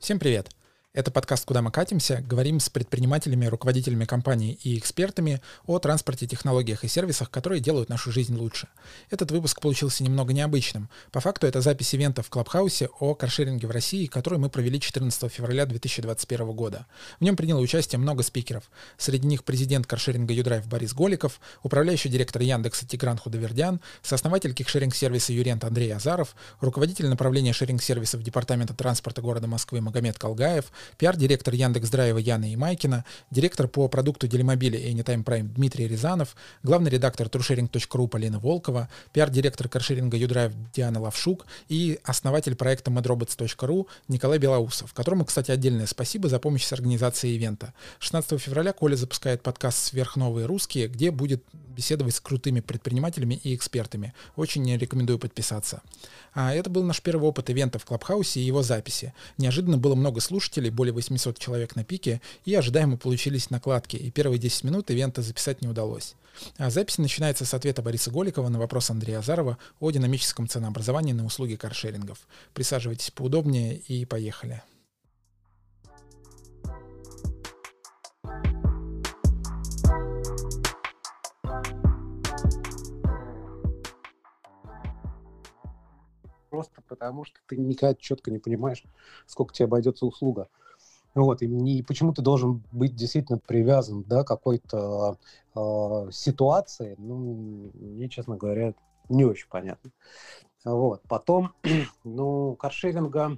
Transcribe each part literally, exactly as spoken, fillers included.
Всем привет! Это подкаст «Куда мы катимся?». Говорим с предпринимателями, руководителями компаний и экспертами о транспорте, технологиях и сервисах, которые делают нашу жизнь лучше. Этот выпуск получился немного необычным. По факту это запись ивента в Клабхаусе о каршеринге в России, который мы провели четырнадцатого февраля две тысячи двадцать первого года. В нем приняло участие много спикеров. Среди них президент каршеринга Юдрайв Борис Голиков, управляющий директор Яндекса Тигран Худовердян, сооснователь кикшеринг-сервиса Юрент Андрей Азаров, руководитель направления шеринг-сервисов Департамента транспорта города Москвы Магомед Колгаев, пиар-директор Яндекс.Драйва Яна Ямайкина, директор по продукту Делимобиля и Anytime Prime Дмитрий Рязанов, главный редактор трушеринг точка ру Полина Волкова, пиар-директор каршеринга Юдрайв Диана Лавшук и основатель проекта медроботс точка ру Николай Белоусов, которому, кстати, отдельное спасибо за помощь с организацией ивента. шестнадцатого февраля Коля запускает подкаст «Сверхновые русские», где будет беседовать с крутыми предпринимателями и экспертами. Очень рекомендую подписаться. А это был наш первый опыт ивента в Клабхаусе и его записи. Неожиданно было много слушателей, более восемьсот человек на пике, и ожидаемо получились накладки, и первые десять минут ивента записать не удалось. А запись начинается с ответа Бориса Голикова на вопрос Андрея Азарова о динамическом ценообразовании на услуги каршерингов. Присаживайтесь поудобнее и поехали. Просто потому, что ты никогда четко не понимаешь, сколько тебе обойдется услуга. Вот, и не, почему ты должен быть действительно привязан, да, к какой-то э, ситуации, ну, мне, честно говоря, не очень понятно. Вот, потом, ну, каршеринга,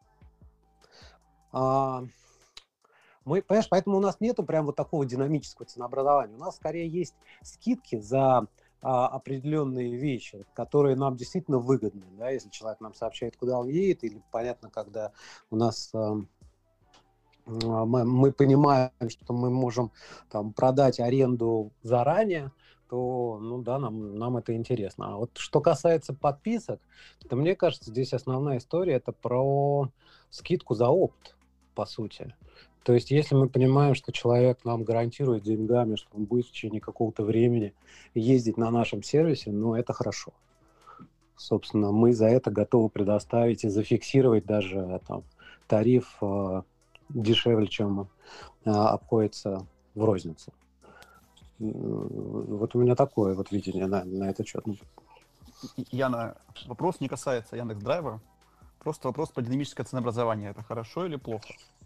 э, мы, понимаешь, поэтому у нас нету прям вот такого динамического ценообразования. У нас скорее есть скидки за определенные вещи, которые нам действительно выгодны, да, если человек нам сообщает, куда он едет, или понятно, когда у нас э, мы, мы понимаем, что мы можем там продать аренду заранее, то, ну да, нам, нам это интересно. А вот что касается подписок, то мне кажется, здесь основная история это про скидку за опыт, по сути. То есть, если мы понимаем, что человек нам гарантирует деньгами, что он будет в течение какого-то времени ездить на нашем сервисе, ну, это хорошо. Собственно, мы за это готовы предоставить и зафиксировать даже там, тариф э, дешевле, чем э, обходится в розницу. Вот у меня такое вот видение на, на этот счет. Яна, вопрос не касается Яндекс.Драйва, просто вопрос по динамическое ценообразование. Это хорошо или плохо?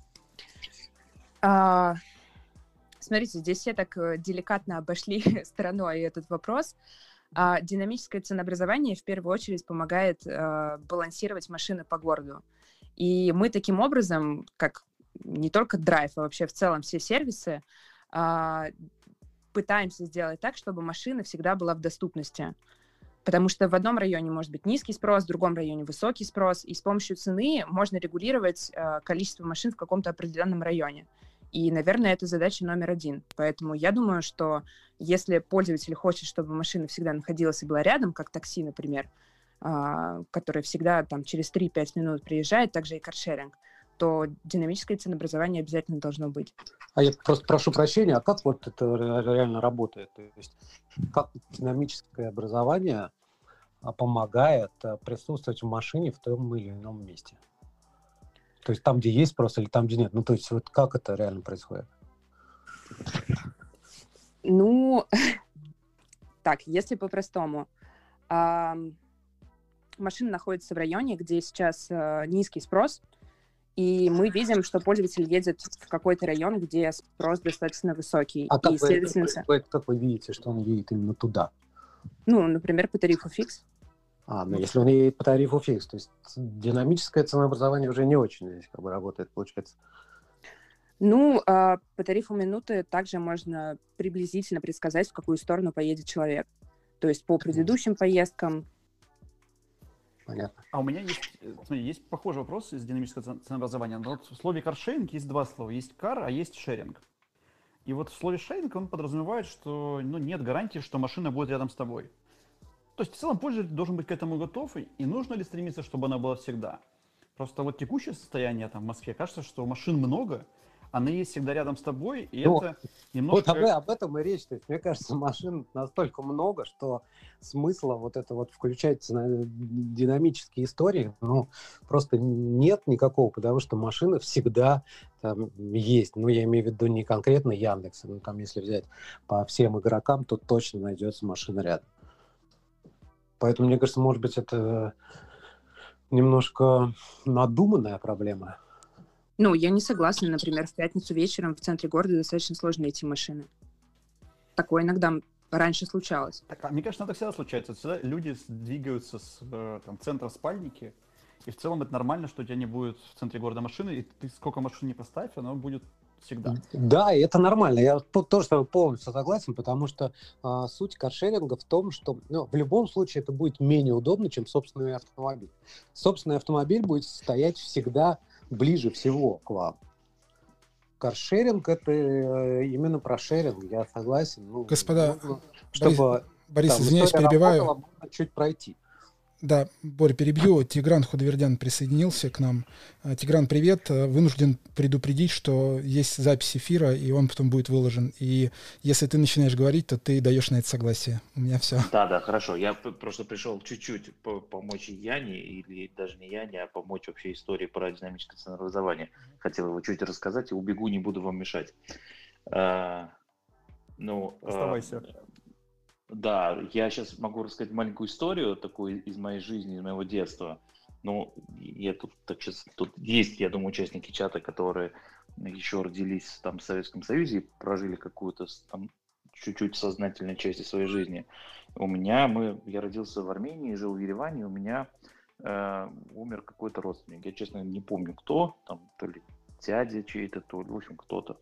А, смотрите, здесь все так деликатно обошли стороной этот вопрос. А, динамическое ценообразование в первую очередь помогает а, балансировать машины по городу. И мы таким образом, как не только Драйв, а вообще в целом все сервисы, а, пытаемся сделать так, чтобы машина всегда была в доступности. Потому что в одном районе может быть низкий спрос, в другом районе высокий спрос, и с помощью цены можно регулировать а, количество машин в каком-то определенном районе. И, наверное, это задача номер один. Поэтому я думаю, что если пользователь хочет, чтобы машина всегда находилась и была рядом, как такси, например, которое всегда там, через три-пять минут приезжает, также и каршеринг, то динамическое ценообразование обязательно должно быть. А я просто прошу прощения, а как вот это реально работает? То есть как динамическое образование помогает присутствовать в машине в том или ином месте? То есть там, где есть спрос, или там, где нет? Ну, то есть вот как это реально происходит? Ну, так, если по-простому. Машина находится в районе, где сейчас низкий спрос, и мы видим, что пользователь едет в какой-то район, где спрос достаточно высокий. А как, и, вы, следовательно... как, как вы видите, что он едет именно туда? Ну, например, по тарифу фикс. А, ну если он едет по тарифу фикс, то есть динамическое ценообразование уже не очень здесь как бы работает, получается. Ну, по тарифу минуты также можно приблизительно предсказать, в какую сторону поедет человек. То есть по предыдущим поездкам. Понятно. А у меня есть, смотри, есть похожий вопрос из динамического ценообразования. Но вот в слове каршеринг есть два слова. Есть кар, а есть шеринг. И вот в слове шеринг он подразумевает, что ну, нет гарантии, что машина будет рядом с тобой. То есть в целом пользователь должен быть к этому готов, и нужно ли стремиться, чтобы она была всегда. Просто вот текущее состояние там, в Москве, кажется, что машин много, она есть всегда рядом с тобой, и Ну, это немножко... Вот об, об этом и речь. То есть, мне кажется, машин настолько много, что смысла вот это вот включать на динамические истории, ну, просто нет никакого, потому что машина всегда там есть. Ну, я имею в виду не конкретно Яндекс, но там, если взять по всем игрокам, то точно найдется машина рядом. Поэтому, мне кажется, может быть, это немножко надуманная проблема. Ну, я не согласна. Например, в пятницу вечером в центре города достаточно сложно найти машины. Такое иногда раньше случалось. Так, а мне кажется, это всегда случается. Всегда люди двигаются с там, центра спальники, и в целом это нормально, что у тебя не будет в центре города машины, и ты сколько машин не поставь, оно будет всегда. Да, и это нормально. Я тоже с тобой полностью согласен, потому что а, суть каршеринга в том, что ну, в любом случае это будет менее удобно, чем собственный автомобиль. Собственный автомобиль будет стоять всегда ближе всего к вам. Каршеринг — это именно про шеринг, я согласен. Ну, Господа, нужно, чтобы Борис, там, извиняюсь, перебиваю. Работала, можно чуть пройти. Да, Борь, перебью. Тигран Худовердян присоединился к нам. Тигран, привет. Вынужден предупредить, что есть запись эфира, и он потом будет выложен. И если ты начинаешь говорить, то ты даешь на это согласие. У меня все. Да, да, хорошо. Я просто пришел чуть-чуть помочь Яне, или даже не Яне, а помочь вообще истории про динамическое ценообразование. Хотел его чуть рассказать, и убегу, не буду вам мешать. А, ну, Оставайся. А, да, я сейчас могу рассказать маленькую историю такую из моей жизни, из моего детства. Ну, я тут, так сейчас, тут есть, я думаю, участники чата, которые еще родились там в Советском Союзе и прожили какую-то там чуть-чуть сознательной части своей жизни. У меня, мы, я родился в Армении, жил в Ереване, у меня э, умер какой-то родственник. Я, честно, не помню кто, там то ли дядя чей-то, то ли, в общем, кто-то.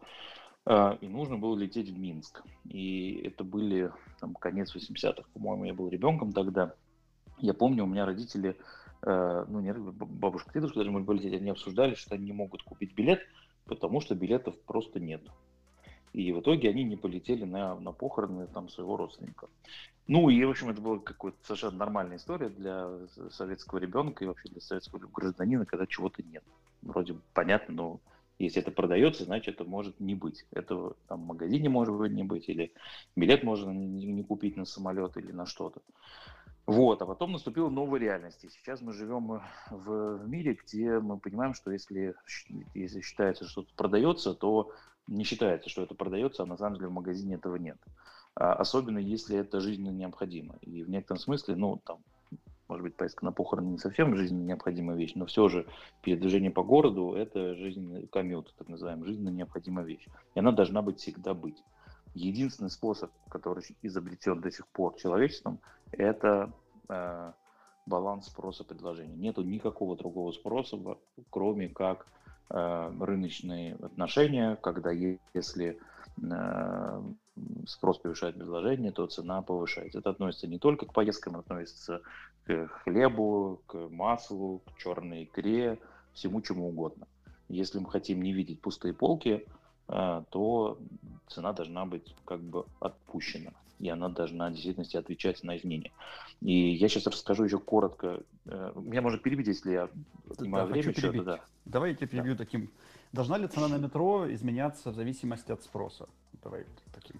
И нужно было лететь в Минск. И это были там, конец восьмидесятых, по-моему, я был ребенком тогда. Я помню, у меня родители, э, ну, не бабушка, дедушка даже могли полететь, они обсуждали, что они не могут купить билет, потому что билетов просто нет. И в итоге они не полетели на, на похороны там, своего родственника. Ну и, в общем, это была какая-то совершенно нормальная история для советского ребенка и вообще для советского гражданина, когда чего-то нет. Вроде понятно, но если это продается, значит, это может не быть. Этого там в магазине может быть не быть, или билет можно не, не купить на самолет или на что-то. Вот, а потом наступила новая реальность. И сейчас мы живем в мире, где мы понимаем, что если, если считается, что что-то продается, то не считается, что это продается, а на самом деле в магазине этого нет. А особенно если это жизненно необходимо. И в некотором смысле, ну, там, может быть, поездка на похороны не совсем жизненно необходимая вещь, но все же передвижение по городу – это жизненный коммют, так называемая, жизненно необходимая вещь. И она должна быть всегда быть. Единственный способ, который изобретен до сих пор человечеством, это э, баланс спроса и предложения. Нету никакого другого способа, кроме как э, рыночные отношения, когда если э, спрос превышает предложение, то цена повышается. Это относится не только к поездкам, это относится к хлебу, к маслу, к черной икре, всему чему угодно. Если мы хотим не видеть пустые полки, то цена должна быть как бы отпущена, и она должна в действительности отвечать на изменения. И я сейчас расскажу еще коротко. Меня можно перебить, если я отнимаю да, время. Хочу перебить. Да. Давай я тебя перебью да. таким. Должна ли цена на метро изменяться в зависимости от спроса? Давай таким.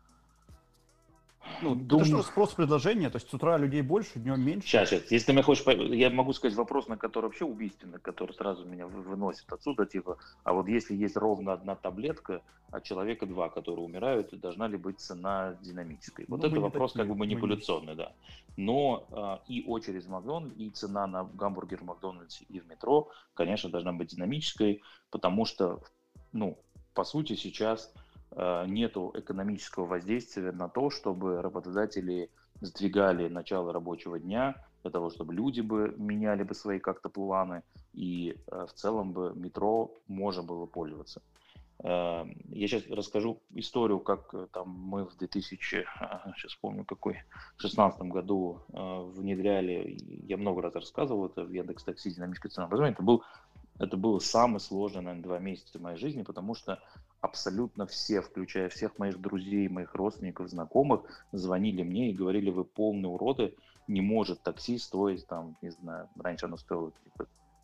Ну, Думаю... это что, спрос-предложение, то есть с утра людей больше, днем меньше? Сейчас, сейчас, если ты меня хочешь, я могу сказать вопрос, на который вообще убийственный, который сразу меня выносит отсюда, типа, а вот если есть ровно одна таблетка, а человека два, которые умирают, должна ли быть цена динамической? Вот ну, это вопрос такие, как бы манипуляционный, не... да. Но а, и очередь в Макдональдс, и цена на гамбургер в Макдональдсе и в метро, конечно, должна быть динамической, потому что, ну, по сути, сейчас нету экономического воздействия на то, чтобы работодатели сдвигали начало рабочего дня, для того, чтобы люди бы меняли бы свои как-то планы, и в целом бы метро можно было пользоваться. Я сейчас расскажу историю, как там мы в две тысячи, сейчас помню какой, шестнадцатом году внедряли, я много раз рассказывал, это в Яндекс.Такси динамическое ценообразование, это был Это было самое сложное, наверное, два месяца в моей жизни, потому что абсолютно все, включая всех моих друзей, моих родственников, знакомых, звонили мне и говорили: вы полные уроды, не может такси стоить, там, не знаю, раньше оно стоило типа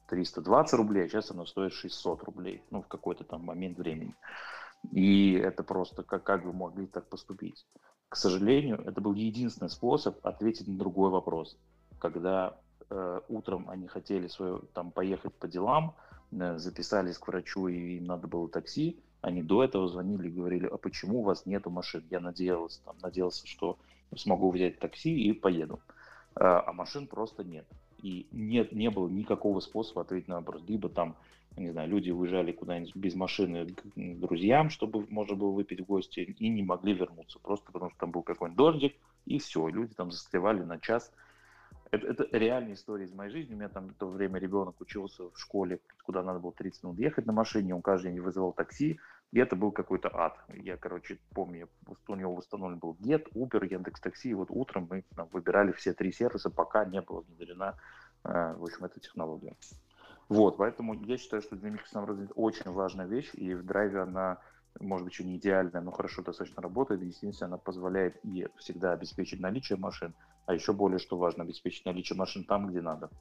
триста двадцать рублей, а сейчас оно стоит шестьсот рублей, ну, в какой-то там момент времени. И это просто, как, как вы могли так поступить? К сожалению, это был единственный способ ответить на другой вопрос. Когда э, утром они хотели свое, там, поехать по делам, э, записались к врачу, и им надо было такси, они до этого звонили и говорили: а почему у вас нету машин? Я надеялся, там, надеялся, что смогу взять такси и поеду. А, а машин просто нет. И нет, не было никакого способа ответить на вопрос. Либо там, не знаю, люди уезжали куда-нибудь без машины к друзьям, чтобы можно было выпить в гости, и не могли вернуться. Просто потому что там был какой-нибудь дождик, и все. Люди там застревали на час. Это, это реальная история из моей жизни. У меня там в то время ребенок учился в школе, куда надо было тридцать минут ехать на машине. Он каждый день вызывал такси. И это был какой-то ад. Я, короче, помню, у него установлен был Get, Uber, Яндекс.Такси. И вот утром мы там выбирали все три сервиса, пока не была внедрена, э, в общем, эта технология. Вот, поэтому я считаю, что динамическое саморазвитие очень важная вещь. И в драйве она, может быть, еще не идеальная, но хорошо достаточно работает. Естественно, она позволяет и всегда обеспечить наличие машин, а еще более, что важно, обеспечить наличие машин там, где надо.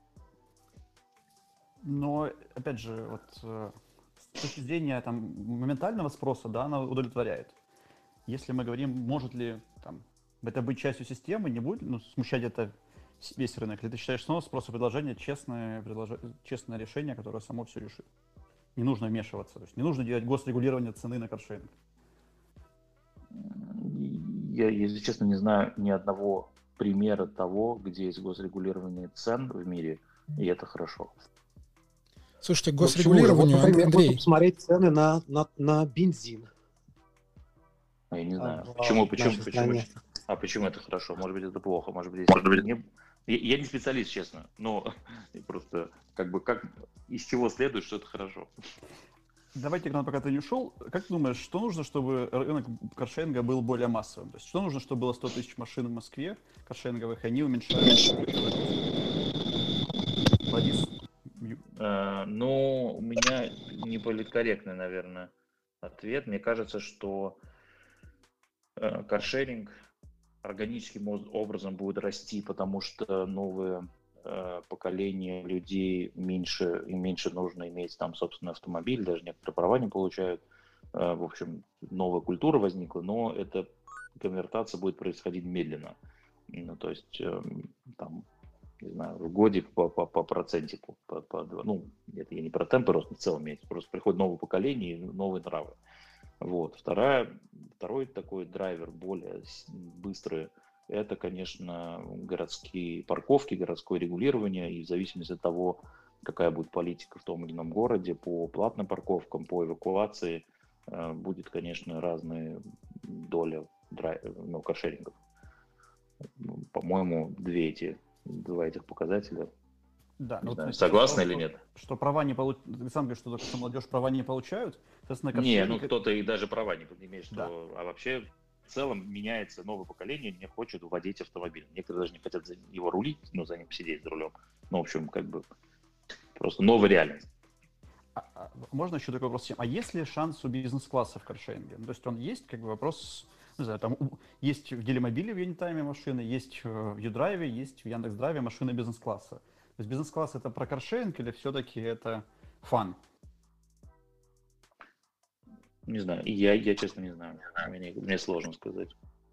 Но, опять же, вот с точки зрения там, моментального спроса, да, она удовлетворяет. Если мы говорим, может ли там, это быть частью системы, не будет ну, смущать это весь рынок, или ты считаешь, снова спрос и предложение честное, предлож... честное решение, которое само все решит? Не нужно вмешиваться, то есть не нужно делать госрегулирование цены на каршеринг. Я, если честно, не знаю ни одного примера того, где есть госрегулирование цен в мире, и это хорошо. Слушайте, к госрегулированию, вот, например, Андрей... можно посмотреть цены на, на, на бензин. Я не знаю. А, почему, почему, почему, а почему это хорошо? Может быть, это плохо, может быть, может быть не... я, я не специалист, честно, но просто как бы как из чего следует, что это хорошо. Давайте, пока ты не ушел, как ты думаешь, что нужно, чтобы рынок каршеринга был более массовым? То есть, что нужно, чтобы было сто тысяч машин в Москве каршеринговых, они уменьшались? Борис? Uh, ну, у меня не политкорректный, наверное, ответ. Мне кажется, что uh, каршеринг органическим образом будет расти, потому что новое uh, поколение людей меньше и меньше нужно иметь там собственный автомобиль, даже некоторые права не получают. Uh, в общем, новая культура возникла, но эта конвертация будет происходить медленно. Ну, то есть uh, там не знаю, годик по, по, по процентику, по, по, ну, это я не про темпы роста в целом, просто приходит новое поколение и новые нравы. Вот. Вторая, второй такой драйвер, более быстрый, это, конечно, городские парковки, городское регулирование, и в зависимости от того, какая будет политика в том или ином городе по платным парковкам, по эвакуации, будет, конечно, разная доля драйв, ну, каршерингов. По-моему, две эти два этих показателя. Да, не ну, знаю, вот, согласны что, или нет? Что, что права не получают, ты сам говоришь, что, что молодежь права не получают, соответственно, не, ну кто-то и даже права не имеет, что, да. А вообще в целом меняется новое поколение, не хочет водить автомобиль. Некоторые даже не хотят за его рулить, но за ним сидеть за рулем. Ну, в общем, как бы просто новая реальность. А, а, можно еще такой вопрос? А есть ли шанс у бизнес-класса в каршеринге? Ну, то есть он есть, как бы вопрос... Не знаю, там есть в Делимобиле в Юнитайме машины, есть в Юдрайве, есть в Яндекс.Драйве машины бизнес-класса. То есть бизнес-класс это про каршеринг или все-таки это фан? Не знаю, я, я честно не знаю, мне, мне сложно сказать.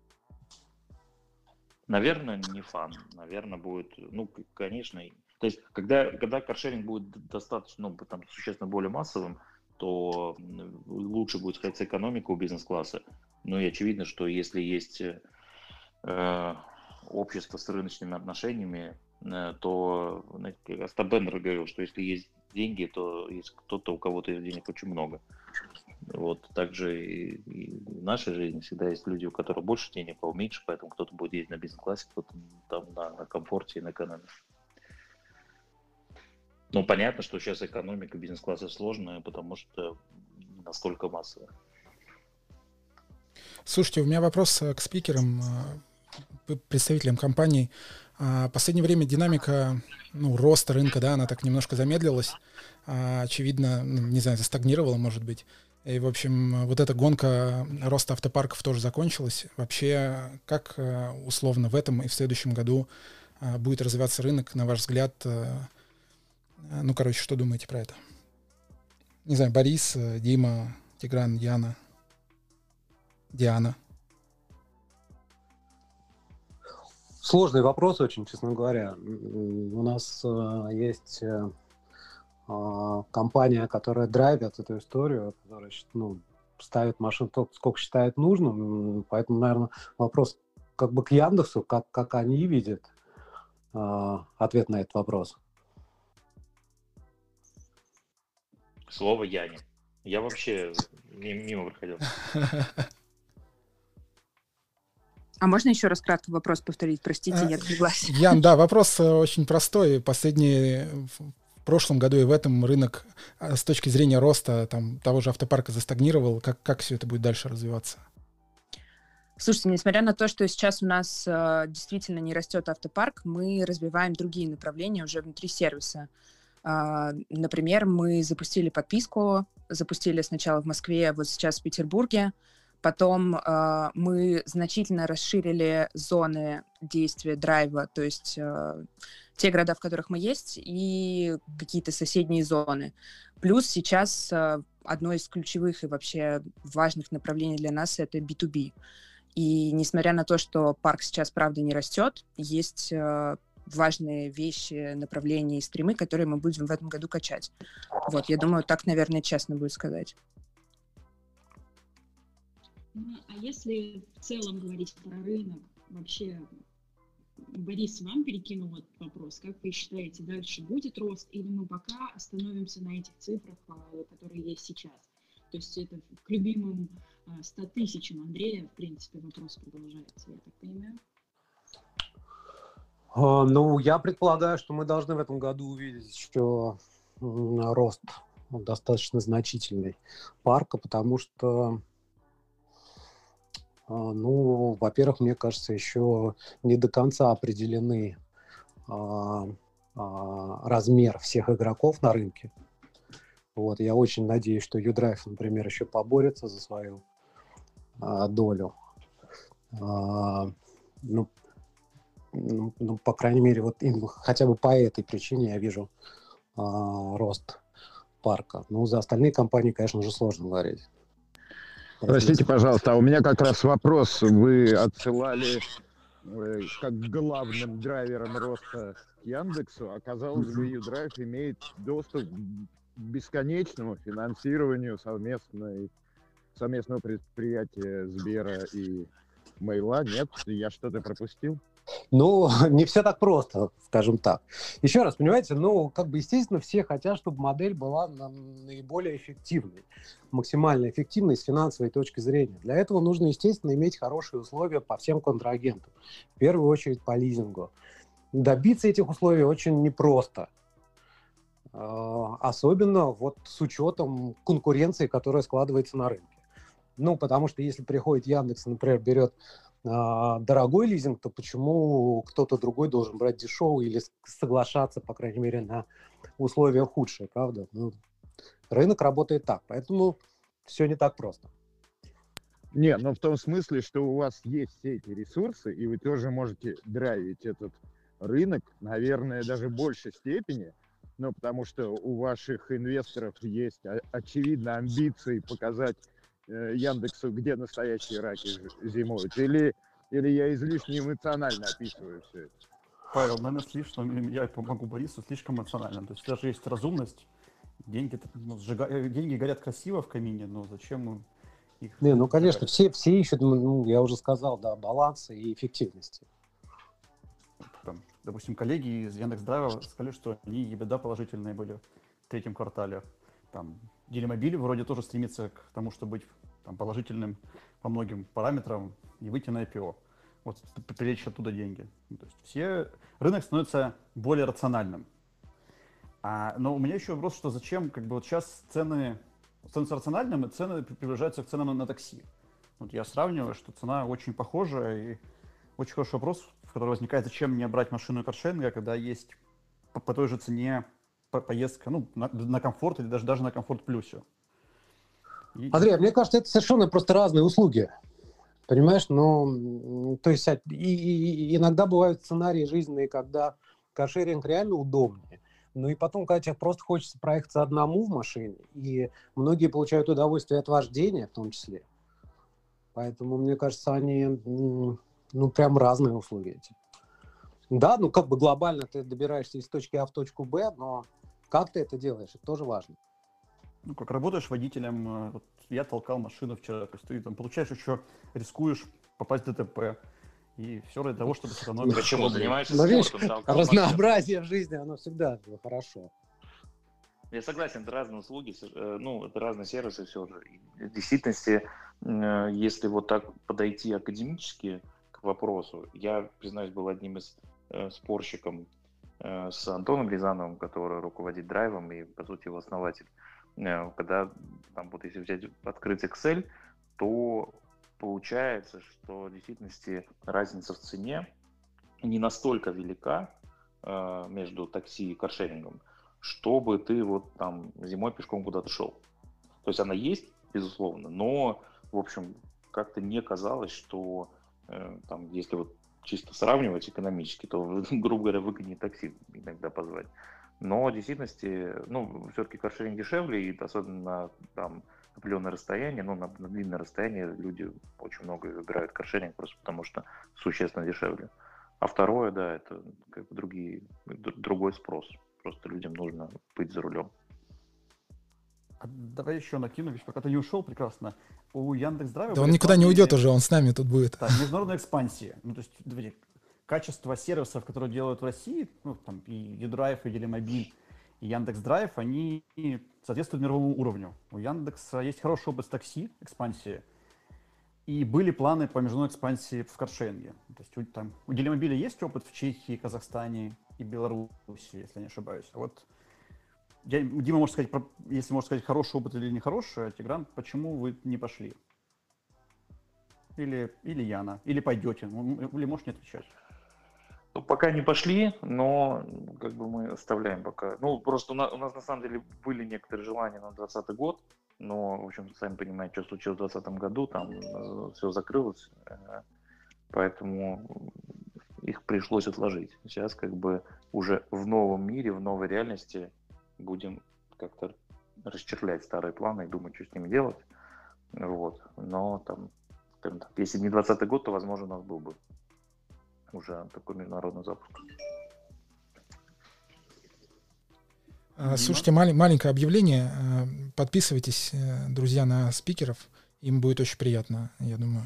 Наверное, не фан, наверное, будет, ну, конечно, то есть, когда, когда каршеринг будет достаточно, ну, там, существенно более массовым, то лучше будет сходиться экономика у бизнес-класса. Ну и очевидно, что если есть э, общество с рыночными отношениями, э, то, знаете, Остап Бендер говорил, что если есть деньги, то есть кто-то, у кого-то есть денег очень много. Вот также и, и в нашей жизни всегда есть люди, у которых больше денег, а у меньше, поэтому кто-то будет ездить на бизнес-классе, кто-то там на, на комфорте и на экономике. Ну, понятно, что сейчас экономика бизнес-класса сложная, потому что настолько массовая. Слушайте, у меня вопрос к спикерам, представителям компаний. В последнее время динамика ну, роста рынка, да, она так немножко замедлилась. Очевидно, не знаю, застагнировала, может быть. И, в общем, вот эта гонка роста автопарков тоже закончилась. Вообще, как условно в этом и в следующем году будет развиваться рынок, на ваш взгляд, Ну, короче, что думаете про это? Не знаю, Борис, Дима, Тигран, Яна, Диана. Сложный вопрос очень, честно говоря. У нас э, есть э, компания, которая драйвит эту историю, которая ну, ставит машин столько, сколько считает нужным. Поэтому, наверное, вопрос как бы к Яндексу, как, как они видят э, ответ на этот вопрос. Слово Яне. Я вообще мимо проходил. А можно еще раз кратко вопрос повторить? Простите, а, я отвлеклась. Ян, да, вопрос очень простой. Последние, в прошлом году и в этом рынок с точки зрения роста там, того же автопарка застагнировал. Как, как все это будет дальше развиваться? Слушайте, несмотря на то, что сейчас у нас э, действительно не растет автопарк, мы развиваем другие направления уже внутри сервиса. Э, например, мы запустили подписку, запустили сначала в Москве, вот сейчас в Петербурге. Потом э, мы значительно расширили зоны действия драйва, то есть э, те города, в которых мы есть, и какие-то соседние зоны. Плюс сейчас э, одно из ключевых и вообще важных направлений для нас — это би ту би. И несмотря на то, что парк сейчас, правда, не растет, есть э, важные вещи, направления и стримы, которые мы будем в этом году качать. Вот, я думаю, так, наверное, честно будет сказать. Ну, а если в целом говорить про рынок, вообще, Борис, вам перекинул этот вопрос, как вы считаете, дальше будет рост, или мы пока остановимся на этих цифрах, которые есть сейчас? То есть это к любимым ста тысячам Андрея, в принципе, вопрос продолжается, я так понимаю? Uh, ну, я предполагаю, что мы должны в этом году увидеть еще рост достаточно значительный парка, потому что Ну, во-первых, мне кажется, еще не до конца определены а, а, размер всех игроков на рынке. Вот, я очень надеюсь, что U-Drive, например, еще поборется за свою а, долю. А, ну, ну, ну, по крайней мере, вот хотя бы по этой причине я вижу а, рост парка. Ну, за остальные компании, конечно, уже сложно говорить. Простите, пожалуйста, а у меня как раз вопрос. Вы отсылали э, как главным драйвером роста к Яндексу, а казалось бы, U-Drive имеет доступ к бесконечному финансированию совместной, совместного предприятия Сбера и Мейла. Нет? Я что-то пропустил? Ну, не все так просто, скажем так. Еще раз, понимаете, ну, как бы, естественно, все хотят, чтобы модель была наиболее эффективной, максимально эффективной с финансовой точки зрения. Для этого нужно, естественно, иметь хорошие условия по всем контрагентам, в первую очередь по лизингу. Добиться этих условий очень непросто, особенно вот с учетом конкуренции, которая складывается на рынке. Ну, потому что если приходит Яндекс, например, берет дорогой лизинг, то почему кто-то другой должен брать дешевый или соглашаться, по крайней мере, на условия худшие, правда? Ну, рынок работает так, поэтому все не так просто. Не, но в том смысле, что у вас есть все эти ресурсы, и вы тоже можете драйвить этот рынок, наверное, даже в большей степени, ну, потому что у ваших инвесторов есть, очевидно, амбиции показать Яндексу, где настоящие раки зимуют, или, или я излишне эмоционально описываю все это? Павел, наверное, слишком, я помогу Борису, слишком эмоционально. То есть даже есть разумность, деньги, ну, сжига... деньги горят красиво в камине, но зачем их... Не, ну, конечно, все, все ищут, ну, я уже сказал, да, баланса и эффективности. Там, допустим, коллеги из Яндекс.Драйва сказали, что они ебеда положительные были в третьем квартале. Там, Делимобиль вроде тоже стремится к тому, чтобы быть там, положительным по многим параметрам и выйти на ай пи о. Вот привлечь оттуда деньги. Ну, то есть все... Рынок становится более рациональным. А, но у меня еще вопрос, что зачем, как бы вот сейчас цены становятся рациональными, цены приближаются к ценам на, на такси. Вот я сравниваю, что цена очень похожа, и очень хороший вопрос, который возникает, зачем мне брать машину каршеринга, когда есть по, по той же цене поездка, ну, на, на комфорт или даже, даже на комфорт плюсе. И... Андрей, мне кажется, это совершенно просто разные услуги. Понимаешь, ну, то есть и, и, и иногда бывают сценарии жизненные, когда каршеринг реально удобнее. Ну и потом, когда тебе просто хочется проехаться одному в машине, и многие получают удовольствие от вождения в том числе. Поэтому, мне кажется, они, ну, прям разные услуги эти. Да, ну, как бы глобально ты добираешься из точки А в точку Б, но как ты это делаешь, это тоже важно. Ну, как работаешь водителем, вот я толкал машину вчера, то есть ты там получаешь еще, рискуешь попасть в ДТП, и все ради того, чтобы сэкономить. Почему? Занимаешься Но, видишь, спортом, толкал разнообразие в жизни, оно всегда хорошо. Я согласен, это разные услуги, ну, это разные сервисы все же. И в действительности, если вот так подойти академически к вопросу, я, признаюсь, был одним из э, спорщиков э, с Антоном Рязановым, который руководит драйвом и, по сути, его основатель. Э, когда, там, вот если взять, открыть Excel, то получается, что в действительности разница в цене не настолько велика э, между такси и каршерингом, чтобы ты вот там зимой пешком куда-то шел. То есть она есть, безусловно, но, в общем, как-то не казалось, что э, там, если вот чисто сравнивать экономически, то, грубо говоря, выгоднее такси иногда позвать. Но в действительности, ну, все-таки каршеринг дешевле, и особенно на там определенное расстояние, ну, на, на длинное расстояние люди очень много выбирают каршеринг просто потому, что существенно дешевле. А второе, да, это как бы другие, другой спрос. Просто людям нужно быть за рулем. А давай еще накину, ведь пока ты не ушел, прекрасно. У Яндекс.Драйва... Да он никуда не уйдет уже, он с нами тут будет. Да, международная экспансия. Ну, то есть, давайте, качество сервисов, которые делают в России, ну, там, и Юдрайв, и Делимобиль, и Яндекс.Драйв, они соответствуют мировому уровню. У Яндекса есть хороший опыт с такси, экспансии, и были планы по международной экспансии в каршеринге. То есть, у, там, у Делимобиля есть опыт в Чехии, Казахстане и Беларуси, если я не ошибаюсь. А вот я, Дима может сказать, про, если можно сказать, хороший опыт или нехороший, а Тигран, почему вы не пошли? Или, или Яна, или пойдете, или можешь не отвечать. Ну, пока не пошли, но как бы мы оставляем пока. Ну, просто у нас, у нас на самом деле были некоторые желания на двадцатый год, но, в общем, сами понимаете, что случилось в двадцатом году, там все закрылось, поэтому их пришлось отложить. Сейчас как бы уже в новом мире, в новой реальности будем как-то расчехлять старые планы и думать, что с ними делать. Вот. Но там, скажем так, если не двадцатый год, то, возможно, у нас был бы уже такой международный запуск. Слушайте, мал- маленькое объявление. Подписывайтесь, друзья, на спикеров. Им будет очень приятно, я думаю.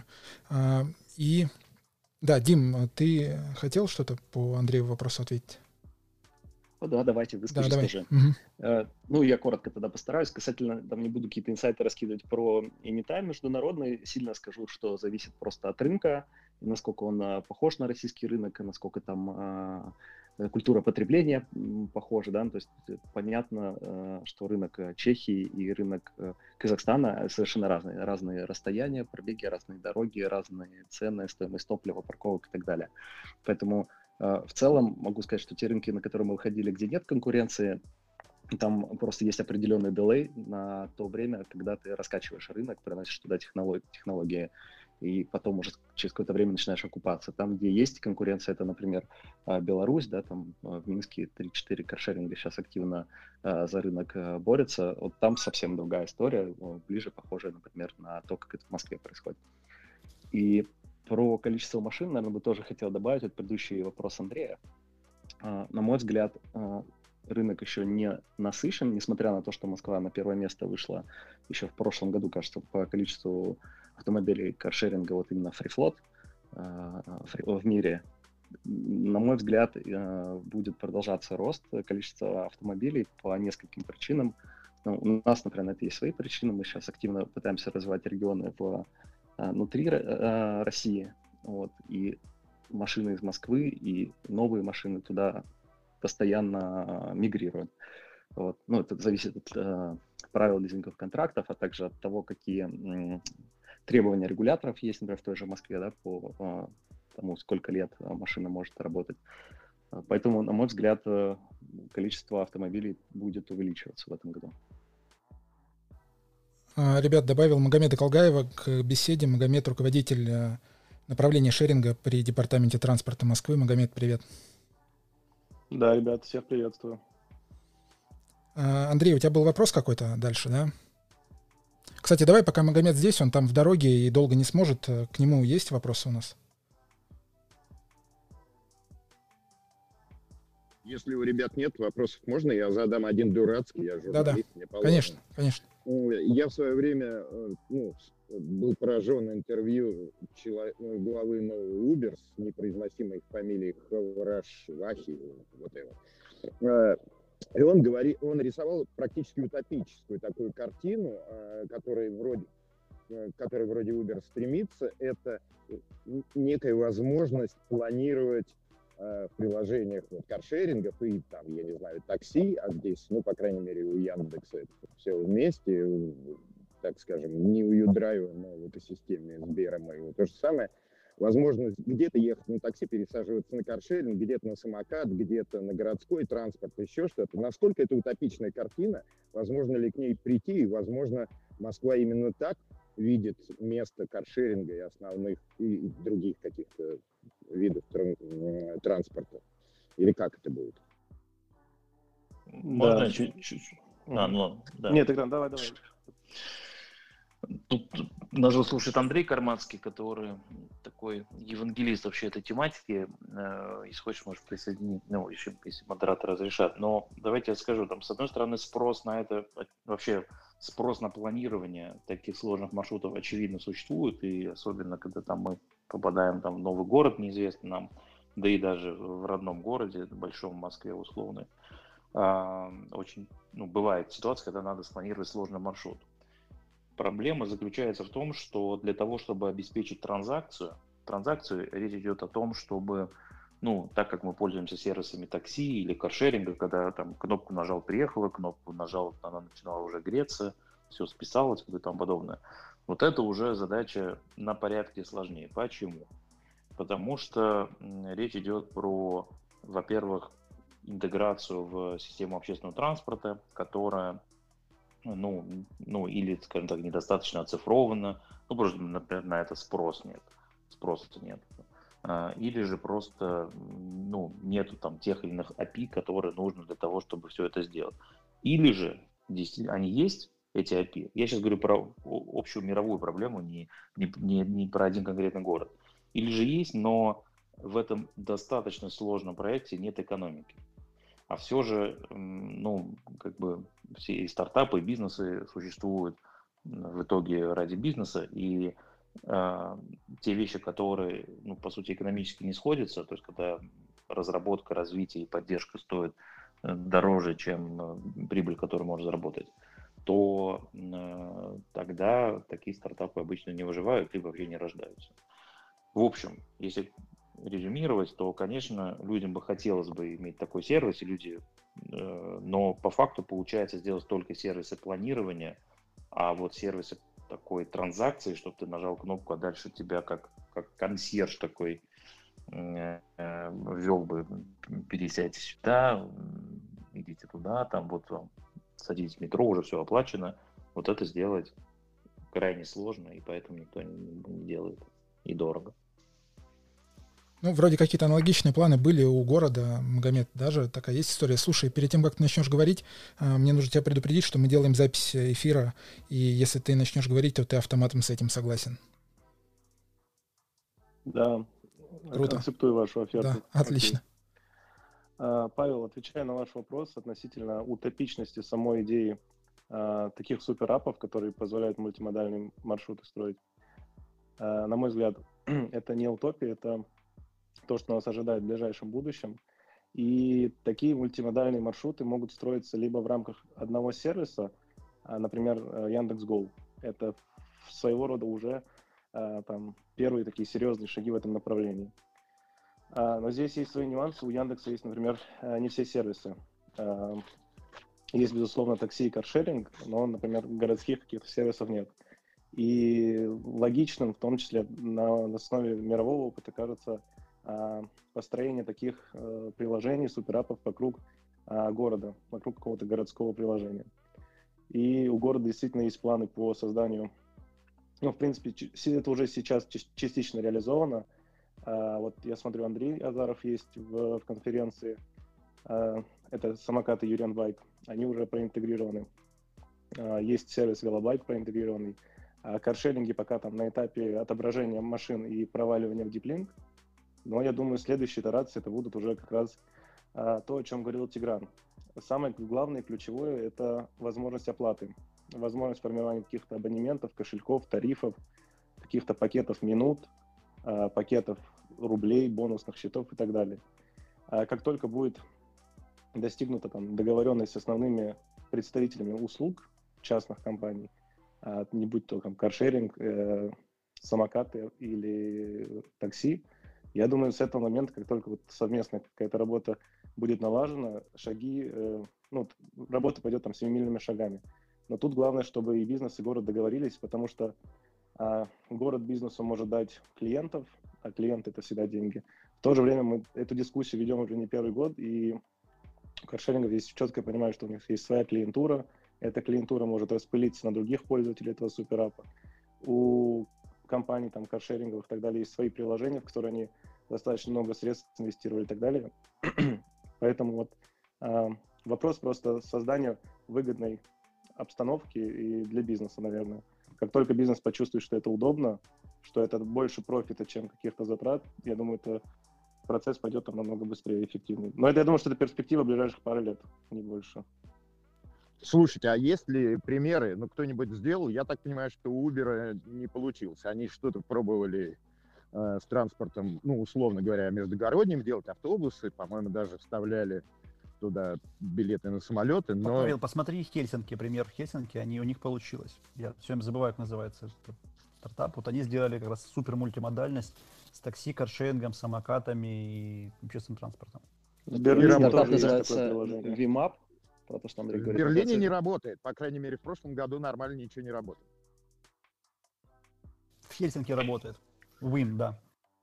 И да, Дим, ты хотел что-то по Андрею вопросу ответить? Ну да, давайте, выскажусь да, тоже. Угу. Ну, я коротко тогда постараюсь. Касательно, там не буду какие-то инсайты раскидывать про Anytime международный. Сильно скажу, что зависит просто от рынка, насколько он похож на российский рынок, насколько там культура потребления похожа, да, то есть понятно, что рынок Чехии и рынок Казахстана совершенно разные, разные расстояния, пробеги, разные дороги, разные цены, стоимость топлива, парковок и так далее. Поэтому в целом могу сказать, что те рынки, на которые мы выходили, где нет конкуренции, там просто есть определенный дилей на то время, когда ты раскачиваешь рынок, приносишь туда технологии, технологии и потом уже через какое-то время начинаешь окупаться. Там, где есть конкуренция, это, например, Беларусь, да, там в Минске три-четыре каршеринга сейчас активно uh, за рынок uh, борются. Вот там совсем другая история, ближе похожая, например, на то, как это в Москве происходит. И про количество машин, наверное, бы тоже хотел добавить вот предыдущий вопрос Андрея. Uh, на мой взгляд, uh, рынок еще не насыщен, несмотря на то, что Москва на первое место вышла еще в прошлом году, кажется, по количеству автомобилей каршеринга, вот именно фрифлот в мире. На мой взгляд, будет продолжаться рост количества автомобилей по нескольким причинам. Ну, у нас, например, на это есть свои причины. Мы сейчас активно пытаемся развивать регионы в, внутри России. Вот, и машины из Москвы и новые машины туда постоянно мигрируют. Вот. Ну, это зависит от э, правил лизинговых контрактов, а также от того, какие м, требования регуляторов есть, например, в той же Москве, да, по э, тому, сколько лет машина может работать. Поэтому, на мой взгляд, э, количество автомобилей будет увеличиваться в этом году. Ребят, добавил Магомеда Колгаева к беседе. Магомед — руководитель направления шеринга при Департаменте транспорта Москвы. Магомед, привет. Да, ребят, всех приветствую. Андрей, у тебя был вопрос какой-то дальше, да? Кстати, давай, пока Магомед здесь, он там в дороге и долго не сможет, к нему есть вопросы у нас? Если у ребят нет вопросов, можно я задам один дурацкий? Я журналист, Да-да, мне положено. конечно, конечно. Я в свое время ну, был поражен интервью человек, главы нового Uber с непроизносимой фамилией Хавраш Вахи, вот это. И он говорит, он рисовал практически утопическую такую картину, которая вроде, которой вроде Uber стремится, это некая возможность планировать в приложениях вот, каршерингов и там, я не знаю, такси, а здесь, ну, по крайней мере, у Яндекса это все вместе, так скажем, не у Юдрайва, но в экосистеме Сбера моего. То же самое, возможность где-то ехать на такси, пересаживаться на каршеринг, где-то на самокат, где-то на городской транспорт, еще что-то. Насколько это утопичная картина, возможно ли к ней прийти, и, возможно, Москва именно так видит место каршеринга и основных, и, и других каких-то видов тран- транспорта? Или как это будет? Можно Да. чуть-чуть? А, ну, да. Нет, тогда давай, давай. Тут нас же слушает Андрей Карманский, который такой евангелист вообще этой тематики. Если хочешь, можешь присоединить, ну, еще, если модераторы разрешат. Но давайте я скажу, там, с одной стороны, спрос на это, вообще спрос на планирование таких сложных маршрутов, очевидно, существует, и особенно, когда там мы попадаем там, в новый город, неизвестный нам, да и даже в родном городе, большом Москве условно, очень, ну, бывает ситуация, когда надо спланировать сложный маршрут. Проблема заключается в том, что для того, чтобы обеспечить транзакцию, транзакцию речь идет о том, чтобы, ну, так как мы пользуемся сервисами такси или каршеринга, когда там кнопку нажал, приехала, кнопку нажал, она начинала уже греться, все списалось и тому подобное. Вот это уже задача на порядке сложнее. Почему? Потому что речь идет про, во-первых, интеграцию в систему общественного транспорта, которая Ну, ну, или, скажем так, недостаточно оцифровано, ну, просто, например, на это спрос нет, спроса нет. Или же просто, ну, нету там тех или иных эй пи ай, которые нужны для того, чтобы все это сделать. Или же, действительно, они есть, эти эй пи ай. Я сейчас говорю про общую мировую проблему, не, не, не, не про один конкретный город. Или же есть, но в этом достаточно сложном проекте нет экономики. А все же, ну, как бы все и стартапы, и бизнесы существуют в итоге ради бизнеса, и э, те вещи, которые, ну, по сути, экономически не сходятся, то есть когда разработка, развитие и поддержка стоят дороже, чем прибыль, которую можно заработать, то э, тогда такие стартапы обычно не выживают, либо вообще не рождаются. В общем, если резюмировать, то, конечно, людям бы хотелось бы иметь такой сервис, и люди, э, но по факту получается сделать только сервисы планирования, а вот сервисы такой транзакции, чтобы ты нажал кнопку, а дальше тебя как, как консьерж такой э, э, ввел бы, пересядьте сюда, идите туда, там вот вам садитесь в метро, уже все оплачено. Вот это сделать крайне сложно, и поэтому никто не, не делает, и дорого. Ну, вроде какие-то аналогичные планы были у города, Магомед, даже такая есть история. Слушай, перед тем, как ты начнешь говорить, мне нужно тебя предупредить, что мы делаем запись эфира, и если ты начнешь говорить, то ты автоматом с этим согласен. Да, круто. Акцептую вашу оферту. Да, отлично. Окей. Павел, отвечая на ваш вопрос относительно утопичности самой идеи таких суперапов, которые позволяют мультимодальные маршруты строить, на мой взгляд, это не утопия, это то, что нас ожидает в ближайшем будущем. И такие мультимодальные маршруты могут строиться либо в рамках одного сервиса, например, Яндекс.Го. Это своего рода уже там, первые такие серьезные шаги в этом направлении. Но здесь есть свои нюансы. У Яндекса есть, например, не все сервисы. Есть, безусловно, такси и каршеринг, но, например, городских каких-то сервисов нет. И логичным, в том числе на основе мирового опыта, кажется, построение таких э, приложений, суперапов вокруг э, города, вокруг какого-то городского приложения. И у города действительно есть планы по созданию, ну, в принципе, это уже сейчас частично реализовано. Э, вот я смотрю, Андрей Азаров есть в, в конференции. это самокаты Юриан Байк, они уже проинтегрированы. Есть сервис Велобайк проинтегрированный. А каршеринги пока там на этапе отображения машин и проваливания в диплинк. Но я думаю, следующие итерации это будут уже как раз а, то, о чем говорил Тигран. Самое главное, ключевое, это возможность оплаты. Возможность формирования каких-то абонементов, кошельков, тарифов, каких-то пакетов минут, а, пакетов рублей, бонусных счетов и так далее. А как только будет достигнута там договоренность с основными представителями услуг частных компаний, а, не будь то там каршеринг, э, самокаты или такси, я думаю, с этого момента, как только вот совместная какая-то работа будет налажена, шаги, э, ну, работа пойдет там семимильными шагами. Но тут главное, чтобы и бизнес, и город договорились, потому что а, город бизнесу может дать клиентов, а клиент — это всегда деньги. В то же время мы эту дискуссию ведем уже не первый год, и у каршерингов есть четкое понимание, что у них есть своя клиентура, эта клиентура может распылиться на других пользователей этого суперапа. У компаний, там, каршеринговых и так далее, есть свои приложения, в которые они достаточно много средств инвестировали и так далее. Поэтому вот э, вопрос просто создания выгодной обстановки и для бизнеса, наверное. Как только бизнес почувствует, что это удобно, что это больше профита, чем каких-то затрат, я думаю, это процесс пойдет там намного быстрее и эффективнее. Но это, я думаю, что это перспектива ближайших пары лет, не больше. Слушайте, а есть ли примеры, ну, кто-нибудь сделал? Я так понимаю, что у Uber не получилось. Они что-то пробовали э, с транспортом, ну, условно говоря, междугородним делать, автобусы, по-моему, даже вставляли туда билеты на самолеты, но... Павел, посмотри Хельсинки, пример Хельсинки, они, у них получилось. Я все время забываю, как называется этот стартап. Вот они сделали как раз супер мультимодальность с такси, каршерингом, самокатами и общественным транспортом. В Берлине Стартап тоже называется VMAP. Про то, что Андрей в говорит, Берлине не работает. По крайней мере, в прошлом году нормально ничего не работает. В Хельсинки работает. Вим, да.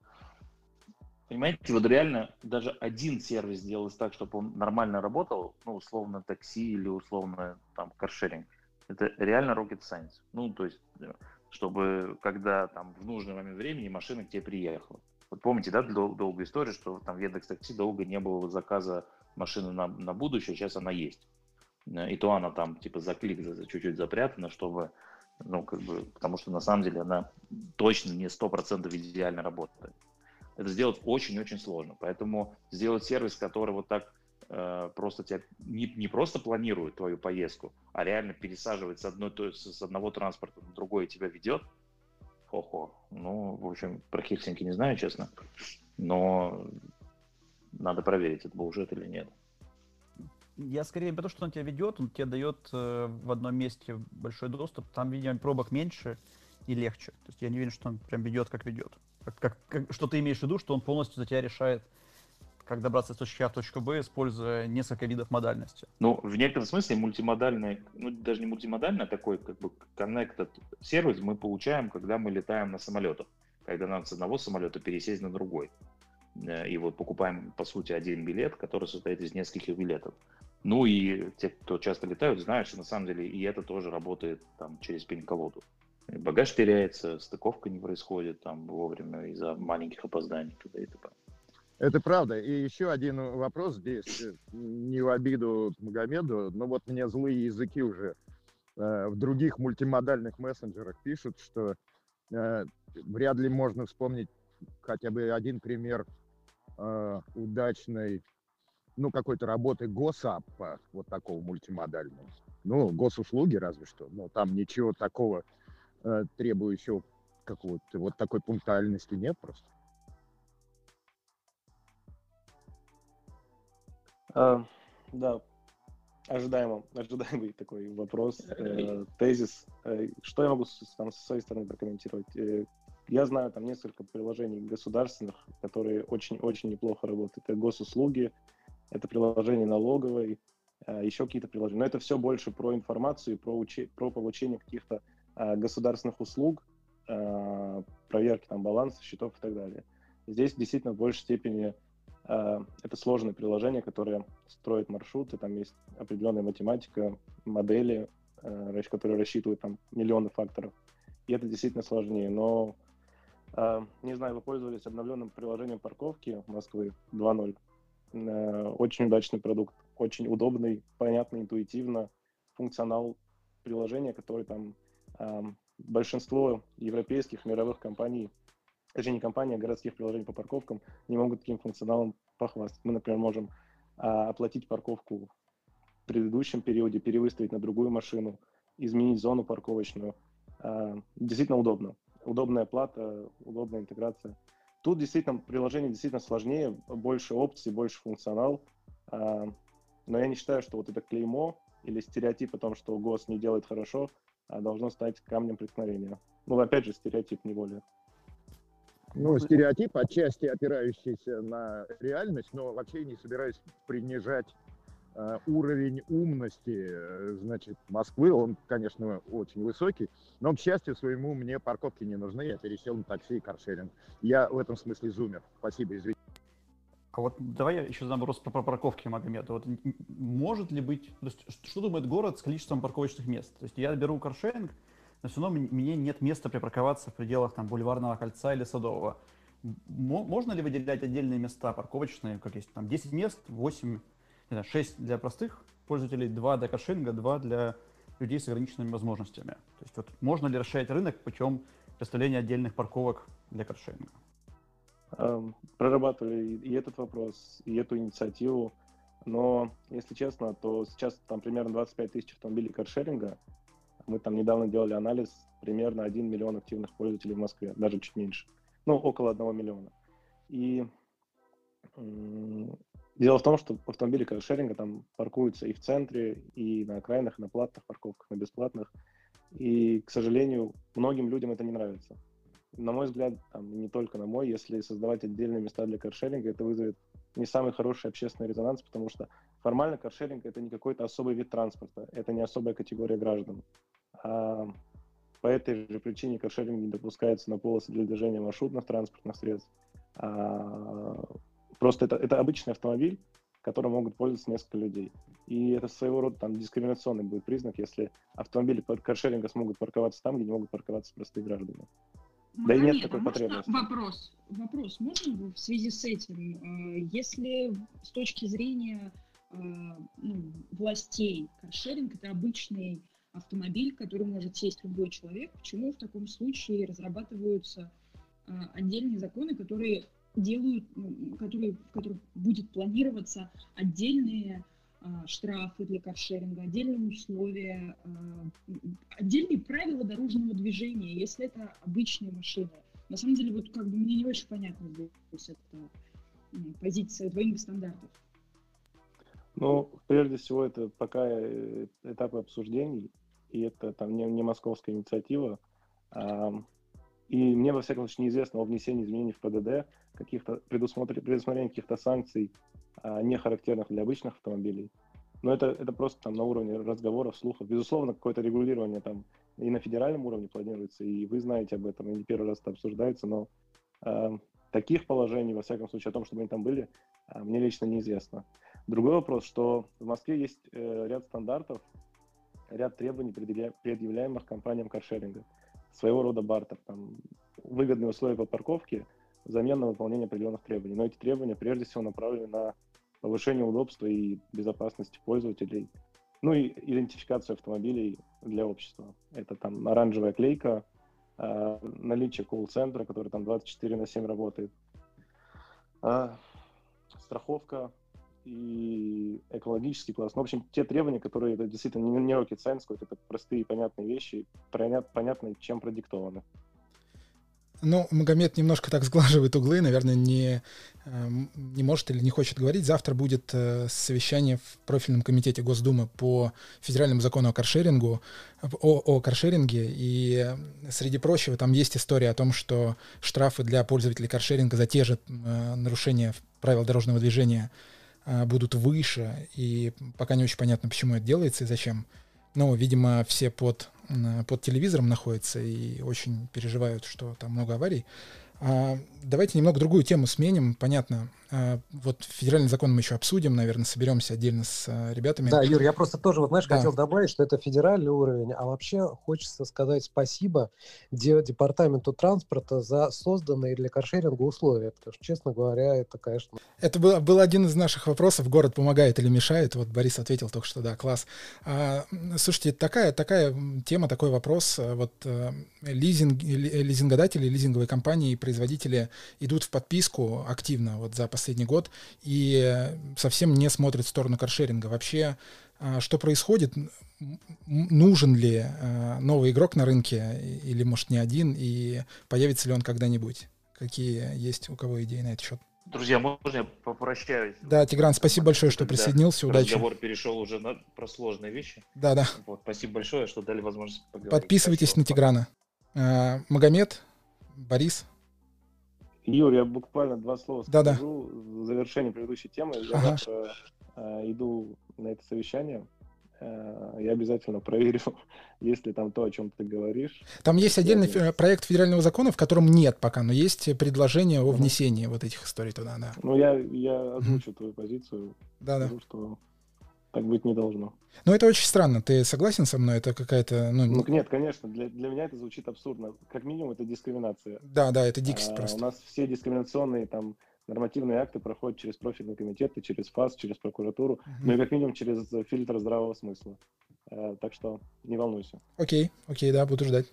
Понимаете, вот реально даже один сервис делать так, чтобы он нормально работал, ну, условно, такси или условно там каршеринг, это реально rocket science. Ну, то есть, чтобы когда там в нужный момент времени машина к тебе приехала. Вот помните, да, дол- долгую историю, что там в Яндекс.Такси долго не было заказа машины на, на будущее, сейчас она есть. И то она там типа за клик за, чуть-чуть запрятана, чтобы, ну, как бы, потому что на самом деле она точно не сто процентов идеально работает. Это сделать очень-очень сложно. Поэтому сделать сервис, который вот так э, просто тебя не, не просто планирует твою поездку, а реально пересаживает с, одной, то есть с одного транспорта на другой и тебя ведет. Хо-хо. Ну, в общем, про Хельсинки не знаю, честно. Но надо проверить, это bullshit или нет. Я скорее про то, что он тебя ведет, он тебе дает э, в одном месте большой доступ, там, видимо, пробок меньше и легче. То есть я не уверен, что он прям ведет, как ведет. Как, как, как, что ты имеешь в виду, что он полностью за тебя решает, как добраться с точки А в точку Б, используя несколько видов модальности. Ну, в некотором смысле мультимодальный, ну, даже не мультимодальный, а такой, как бы, connected сервис мы получаем, когда мы летаем на самолетах, когда нам с одного самолета пересесть на другой. И вот покупаем, по сути, один билет, который состоит из нескольких билетов. Ну и те, кто часто летают, знают, что на самом деле и это тоже работает там через пин-колоду. Багаж теряется, стыковка не происходит там вовремя из-за маленьких опозданий туда и т.п. Это правда. И еще один вопрос здесь, не в обиду Магомеду, но вот мне злые языки уже э, в других мультимодальных мессенджерах пишут, что э, вряд ли можно вспомнить хотя бы один пример э, удачной, ну, какой-то работы госаппа, вот такого мультимодального. Ну, госуслуги разве что, но там ничего такого э, требующего какого-то вот такой пунктуальности нет просто. А, да, ожидаемо, ожидаемый такой вопрос, э, тезис. Э, что я могу с, там, со своей стороны прокомментировать? Э, я знаю там несколько приложений государственных, которые очень-очень неплохо работают. Это госуслуги, это приложение налоговой, э, еще какие-то приложения. Но это все больше про информацию, про, учи, про получение каких-то э, государственных услуг, э, проверки там, баланса, счетов и так далее. Здесь действительно в большей степени это сложное приложение, которое строит маршруты, там есть определенная математика, модели, которые рассчитывают там миллионы факторов. И это действительно сложнее. Но, не знаю, вы пользовались обновленным приложением парковки Москвы два ноль. Очень удачный продукт, очень удобный, понятный, интуитивно, функционал приложения, который там большинство европейских, мировых компаний, точнее не компаний, а городских приложений по парковкам не могут таким функционалом похвастать. Мы, например, можем а, оплатить парковку в предыдущем периоде, перевыставить на другую машину, изменить зону парковочную. А, действительно удобно. Удобная оплата, удобная интеграция. Тут действительно приложение действительно сложнее, больше опций, больше функционал. А, но я не считаю, что вот это клеймо или стереотип о том, что ГОС не делает хорошо, а должно стать камнем преткновения. Ну, опять же, стереотип, не более. Ну, стереотип, отчасти опирающийся на реальность, но вообще не собираюсь принижать э, уровень умности, э, значит, Москвы. Он, конечно, очень высокий, но, к счастью своему, мне парковки не нужны. Я пересел на такси и каршеринг. Я в этом смысле зумер. Спасибо, извините. А вот давай я еще задам вопрос про парковки, Магомед. Вот может ли быть, то есть, что думает город с количеством парковочных мест? То есть я беру каршеринг, но все равно мне нет места припарковаться в пределах там Бульварного кольца или Садового. Можно ли выделять отдельные места парковочные, как есть там десять мест, восемь, не знаю, шесть для простых пользователей, два для каршеринга, два для людей с ограниченными возможностями? То есть вот можно ли расширять рынок путем представления отдельных парковок для каршеринга? Прорабатывали и этот вопрос, и эту инициативу, но, если честно, то сейчас там примерно двадцать пять тысяч автомобилей каршеринга. Мы там недавно делали анализ, примерно один миллион активных пользователей в Москве, даже чуть меньше, ну, около одного миллиона. И м- дело в том, что автомобили каршеринга там паркуются и в центре, и на окраинах, и на платных парковках, на бесплатных. И, к сожалению, многим людям это не нравится. На мой взгляд, там, не только на мой, если создавать отдельные места для каршеринга, это вызовет не самый хороший общественный резонанс, потому что формально каршеринг — это не какой-то особый вид транспорта, это не особая категория граждан. А по этой же причине каршеринг не допускается на полосы для движения маршрутных транспортных средств. А просто это, это обычный автомобиль, которым могут пользоваться несколько людей. И это своего рода там дискриминационный будет признак, если автомобили каршеринга смогут парковаться там, где не могут парковаться простые граждане. Магомед, да и нет такой а потребности. Вопрос, вопрос, можно в связи с этим, если с точки зрения ну, властей каршеринг — это обычный автомобиль, который может сесть любой человек, почему в таком случае разрабатываются отдельные законы, которые делают, которые, в которых будет планироваться отдельные штрафы для каршеринга, отдельные условия, отдельные правила дорожного движения, если это обычные машины. На самом деле, вот как бы мне не очень понятно здесь эта позиция двойных стандартов. Ну, прежде всего, это пока этапы обсуждений, и это там не, не московская инициатива. А, и мне, во всяком случае, неизвестно о внесении изменений в ПДД, каких-то предусмотрения каких-то санкций, не характерных для обычных автомобилей. Но это, это просто там на уровне разговоров, слухов. Безусловно, какое-то регулирование там и на федеральном уровне планируется, и вы знаете об этом, и не первый раз это обсуждается, но э, таких положений, во всяком случае, о том, чтобы они там были, э, мне лично неизвестно. Другой вопрос, что в Москве есть э, ряд стандартов, ряд требований, предъявля- предъявляемых компаниям каршеринга. Своего рода бартер, там, выгодные условия по парковке взамен на выполнение определенных требований. Но эти требования прежде всего направлены на повышение удобства и безопасности пользователей, ну и идентификацию автомобилей для общества. Это там оранжевая клейка, э, наличие колл-центра, который там двадцать четыре на семь работает, э, страховка и экологический класс. Ну, в общем, те требования, которые это действительно не, не rocket science, это простые понятные вещи, понятные, чем продиктованы. Ну, Магомед немножко так сглаживает углы, наверное, не, не может или не хочет говорить. Завтра будет совещание в профильном комитете Госдумы по федеральному закону о каршерингу, о, о каршеринге, и среди прочего там есть история о том, что штрафы для пользователей каршеринга за те же нарушения правил дорожного движения будут выше, и пока не очень понятно, почему это делается и зачем. Ну, видимо, все под, под телевизором находятся и очень переживают, что там много аварий. А, давайте немного другую тему сменим. Понятно, Вот федеральный закон мы еще обсудим, наверное, соберемся отдельно с ребятами. Да, Юр, я просто тоже, вот знаешь, Да. хотел добавить, что это федеральный уровень, а вообще хочется сказать спасибо департаменту транспорта за созданные для каршеринга условия, потому что, честно говоря, это, конечно... Это был, был один из наших вопросов, город помогает или мешает, вот Борис ответил только что, да, класс. А, слушайте, такая, такая тема, такой вопрос, вот лизинг, лизингодатели, лизинговые компании и производители идут в подписку активно вот за последний год и совсем не смотрят в сторону каршеринга. Вообще, что происходит? Нужен ли новый игрок на рынке или, может, не один, и появится ли он когда-нибудь? Какие есть у кого идеи на этот счет? Друзья, можно я попрощаюсь? Да, Тигран, спасибо большое, что присоединился. Удачи. Разговор перешел уже на, про сложные вещи. Да, да. Вот, спасибо большое, что дали возможность поговорить. Подписывайтесь спасибо. на Тиграна. А, Магомед, Борис. Юр, я буквально два слова Да, скажу да. в завершении предыдущей темы. Я Ага. завтра э, иду на это совещание. Э, я обязательно проверю, есть ли там то, о чем ты говоришь. Там есть отдельный Я- проект федерального закона, в котором нет пока, но есть предложение о внесении вот этих историй туда, да. Ну, я, я озвучу твою позицию. Да, да. Скажу, что так быть не должно. Но это очень странно. Ты согласен со мной? Это какая-то... Ну, Ну, нет, конечно, для, для меня это звучит абсурдно. Как минимум, это дискриминация. да, да, это дикость А, просто. У нас все дискриминационные там нормативные акты проходят через профильные комитеты, через ФАС, через прокуратуру, Мгм. ну и как минимум через фильтр здравого смысла. Э, Так что не волнуйся. Окей, окей, да, буду ждать.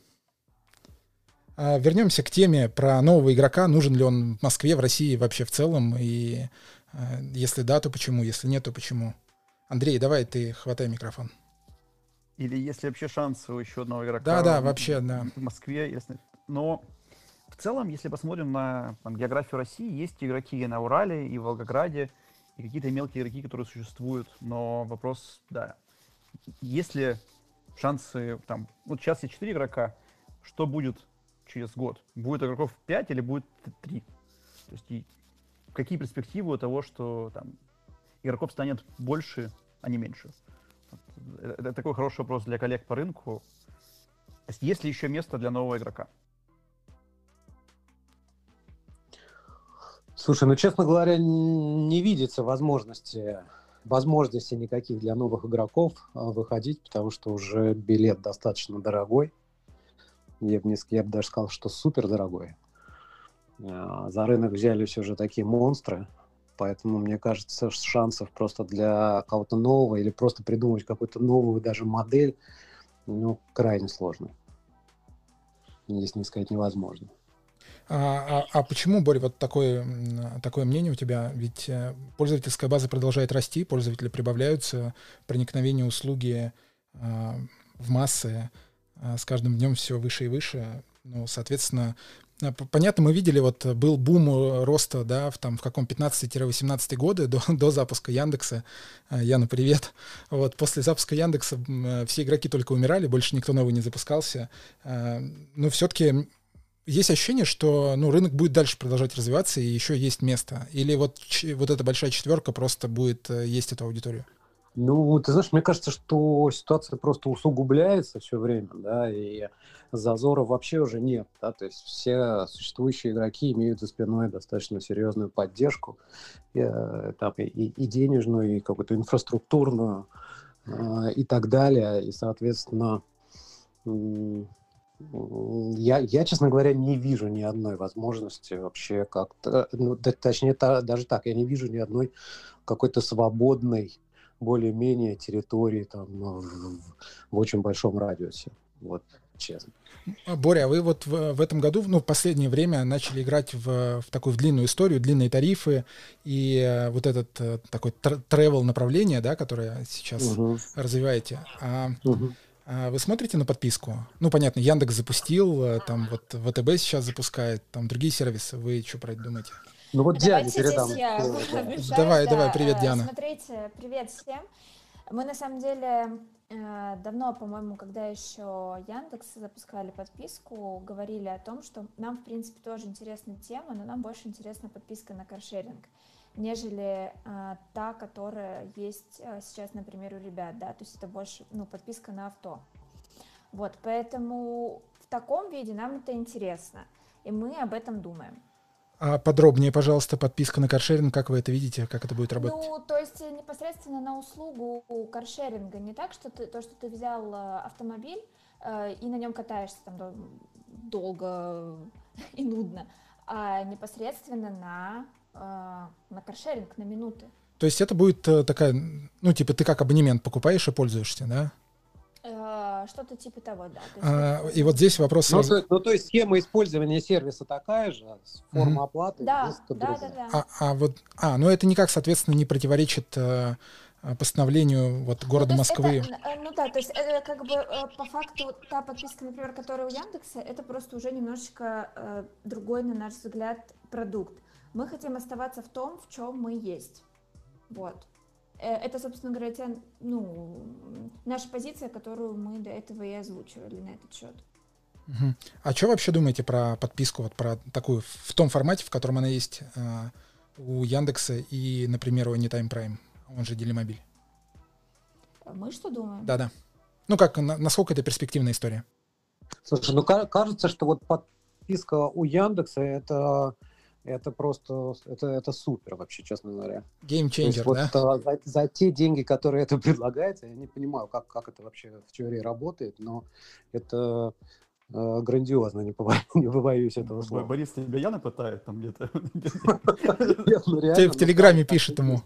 А, вернемся к теме про нового игрока. Нужен ли он в Москве, в России вообще в целом? И а, если да, то почему? Если нет, то почему? Андрей, давай ты хватай микрофон. Или если вообще шансы у еще одного игрока Да, да, в- вообще, да. в Москве. Если... Но в целом, если посмотрим на там, географию России, есть игроки и на Урале, и в Волгограде, и какие-то мелкие игроки, которые существуют. Но вопрос, да, есть ли шансы, там, вот сейчас есть четыре игрока, что будет через год? Будет игроков пять или будет три? То есть и какие перспективы у того, что там игроков станет больше, а не меньше? Вот. Это, это такой хороший вопрос для коллег по рынку. То есть есть ли еще место для нового игрока? Слушай, ну, честно говоря, н- не видится возможности, возможности никаких для новых игроков а, выходить, потому что уже билет достаточно дорогой. Я бы, не, ск- я бы даже сказал, что супер дорогой. А, За рынок взялись уже такие монстры, поэтому, мне кажется, ш- шансов просто для кого-то нового или просто придумать какую-то новую даже модель, ну, крайне сложно. Если не сказать невозможно. А, а- а почему, Боря, вот такое, м, такое мнение у тебя? Ведь э, пользовательская база продолжает расти, пользователи прибавляются, проникновение услуги а, в массы а, с каждым днем все выше и выше. Ну, соответственно, а, п- понятно, мы видели, вот э, был бум э, роста, да, в, там, в каком пятнадцатый-восемнадцатый годы до, до запуска Яндекса. А, Яна, привет. Вот, после запуска Яндекса м, э, все игроки только умирали, больше никто новый не запускался. А, Но все-таки есть ощущение, что ну, рынок будет дальше продолжать развиваться, и еще есть место. Или вот, ч- вот эта большая четверка просто будет э, есть эту аудиторию? Ну, ты знаешь, мне кажется, что ситуация просто усугубляется все время, да, и зазора вообще уже нет, да, то есть все существующие игроки имеют за спиной достаточно серьезную поддержку, э, там, и, и денежную, и какую-то инфраструктурную, э, и так далее, и, соответственно, м, м, я, я, честно говоря, не вижу ни одной возможности вообще как-то, ну, т- точнее, та- даже так, я не вижу ни одной какой-то свободной более-менее территории там в, в- в очень большом радиусе. Вот, честно. А, Боря, а вы вот в, в этом году, ну, в последнее время начали играть в, в такую в длинную историю, длинные тарифы и э, вот этот э, такой travel направление, да, которое сейчас Мгм. развиваете. А, Мгм. а вы смотрите на подписку? Ну, понятно, Яндекс запустил, э, там вот ВТБ сейчас запускает, там другие сервисы. Вы что про это думаете? Ну вот Диане Давайте передам. здесь я слово, да. вмешаюсь. Давай, да. давай, привет, Э, Диана. Смотрите, привет всем. Мы на самом деле э, давно, по-моему, когда еще Яндекс запускали подписку, говорили о том, что нам, в принципе, тоже интересна тема, но нам больше интересна подписка на каршеринг, нежели э, та, которая есть э, сейчас, например, у ребят, да, то есть это больше, ну, подписка на авто. Вот, поэтому в таком виде нам это интересно, и мы об этом думаем. А подробнее, пожалуйста, подписка на каршеринг, как вы это видите, как это будет работать? Ну, то есть непосредственно на услугу каршеринга, не так, что ты, то, что ты взял автомобиль э, и на нем катаешься там долго и нудно, а непосредственно на, э, на каршеринг, на минуты. То есть это будет э, такая, ну, типа ты как абонемент покупаешь и пользуешься, да? Что-то типа того, да. То есть А, вот, и вот здесь вопрос... Ну, сразу... то, ну, то есть схема использования сервиса такая же, форма mm-hmm. оплаты да, несколько да, другая. да, да. А, а вот, а, ну это никак, соответственно, не противоречит э, постановлению вот города ну, Москвы. Это, ну да, то есть это как бы по факту та подписка, например, которая у Яндекса, это просто уже немножечко э, другой, на наш взгляд, продукт. Мы хотим оставаться в том, в чем мы есть. Вот. Это, собственно говоря, те, ну, наша позиция, которую мы до этого и озвучивали на этот счет. Uh-huh. А что вообще думаете про подписку, вот про такую, в том формате, в котором она есть э, у Яндекса и, например, у Anytime Prime, он же Делимобиль? Мы что думаем? Да-да. Ну как, на, насколько это перспективная история? Слушай, ну кажется, что вот подписка у Яндекса это... Это просто, это, это супер вообще, честно говоря. Геймчейнджер, да? Вот, за, за те деньги, которые это предлагается, я не понимаю, как, как это вообще в теории работает, но это э, грандиозно, не, побо... не побоюсь этого слова. Борис тебя Яна пытает там где-то? Тебе в Телеграме пишет ему.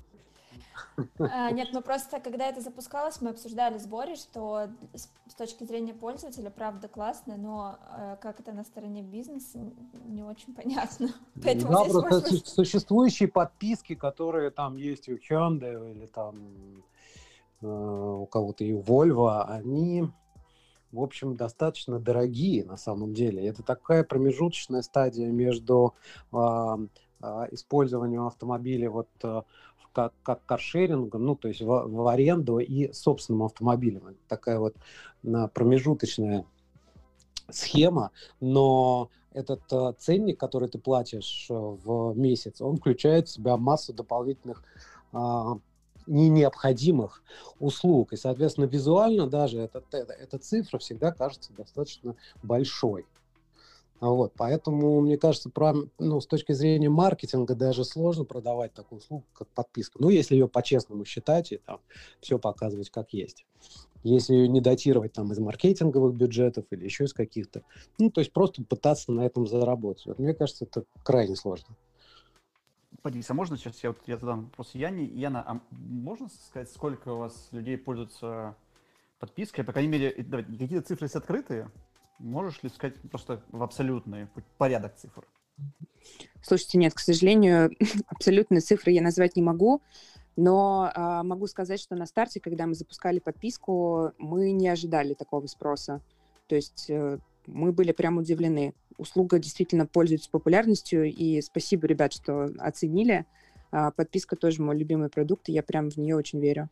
А, нет, мы просто, когда это запускалось, мы обсуждали с Борей, что с, с точки зрения пользователя, правда, классно, но э, как это на стороне бизнеса, не очень понятно. Поэтому да, здесь просто можно... существующие подписки, которые там есть у Hyundai или там э, у кого-то и у Volvo, они, в общем, достаточно дорогие на самом деле. Это такая промежуточная стадия между э, э, использованием автомобиля вот э, как, как каршерингом, ну, то есть в, в аренду и собственным автомобилем. Это такая вот а, промежуточная схема, но этот а, ценник, который ты платишь в месяц, он включает в себя массу дополнительных а, не необходимых услуг. И, соответственно, визуально даже этот, эта, эта цифра всегда кажется достаточно большой. Вот, поэтому, мне кажется, про, ну, с точки зрения маркетинга даже сложно продавать такую услугу, как подписка. Ну, если ее по-честному считать и там все показывать как есть. Если ее не датировать там из маркетинговых бюджетов или еще из каких-то. Ну, то есть просто пытаться на этом заработать. Вот, мне кажется, это крайне сложно. Борис, а можно сейчас я, вот, я задам вопрос Яне? Яна, а можно сказать, сколько у вас людей пользуются подпиской? По крайней мере, какие-то цифры есть открытые? Можешь ли сказать просто в абсолютный порядок цифр? Слушайте, нет, к сожалению, абсолютные цифры я назвать не могу, но а, могу сказать, что на старте, когда мы запускали подписку, мы не ожидали такого спроса. То есть э, мы были прям удивлены. Услуга действительно пользуется популярностью, и спасибо, ребят, что оценили. А, подписка тоже мой любимый продукт, и я прям в нее очень верю.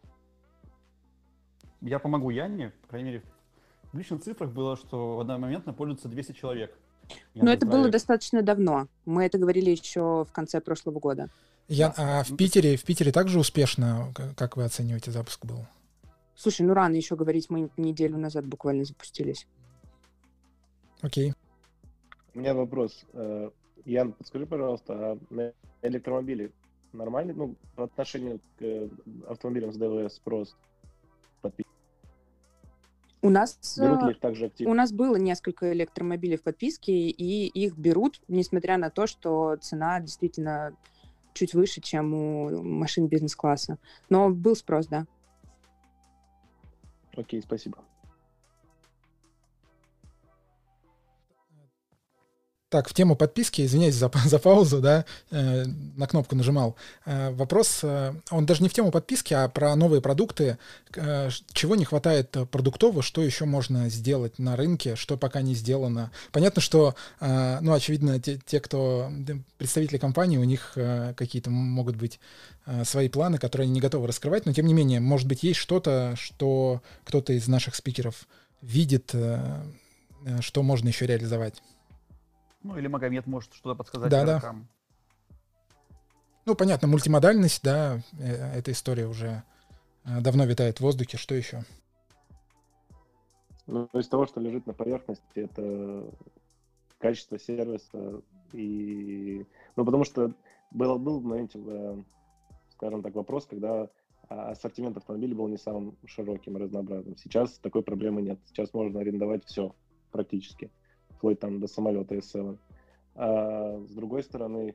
Я помогу Яне, по крайней мере, в личных цифрах было, что в одномоментно пользуются двести человек. Но это было достаточно давно. Мы это говорили еще в конце прошлого года. Я, а в Питере, в Питере также успешно, как вы оцениваете, запуск был? Слушай, ну рано еще говорить, мы неделю назад буквально запустились. Окей. У меня вопрос. Ян, подскажи, пожалуйста, а на электромобили нормальный, ну, по отношению к автомобилям с ДВС спрос подписчиков? У нас, берут ли их также активно? У нас было несколько электромобилей в подписке, и их берут, несмотря на то, что цена действительно чуть выше, чем у машин бизнес-класса. Но был спрос, да. Окей, спасибо. Так, в тему подписки, извиняюсь за, за паузу, да, э, на кнопку нажимал. Э, вопрос, э, он даже не в тему подписки, а про новые продукты. Э, чего не хватает продуктово, что еще можно сделать на рынке, что пока не сделано. Понятно, что, э, ну, очевидно, те, те, кто представители компании, у них э, какие-то могут быть э, свои планы, которые они не готовы раскрывать, но тем не менее, может быть, есть что-то, что кто-то из наших спикеров видит, э, что можно еще реализовать. Ну, или Магомед может что-то подсказать. Да, да. Ну, понятно, мультимодальность, да, эта история уже давно витает в воздухе. Что еще? Ну, из того, что лежит на поверхности, это качество сервиса И, ну, потому что был, был в моменте, скажем так, вопрос, когда ассортимент автомобилей был не самым широким и разнообразным. Сейчас такой проблемы нет. Сейчас можно арендовать все практически, вплоть там до самолета эс семь. А с другой стороны,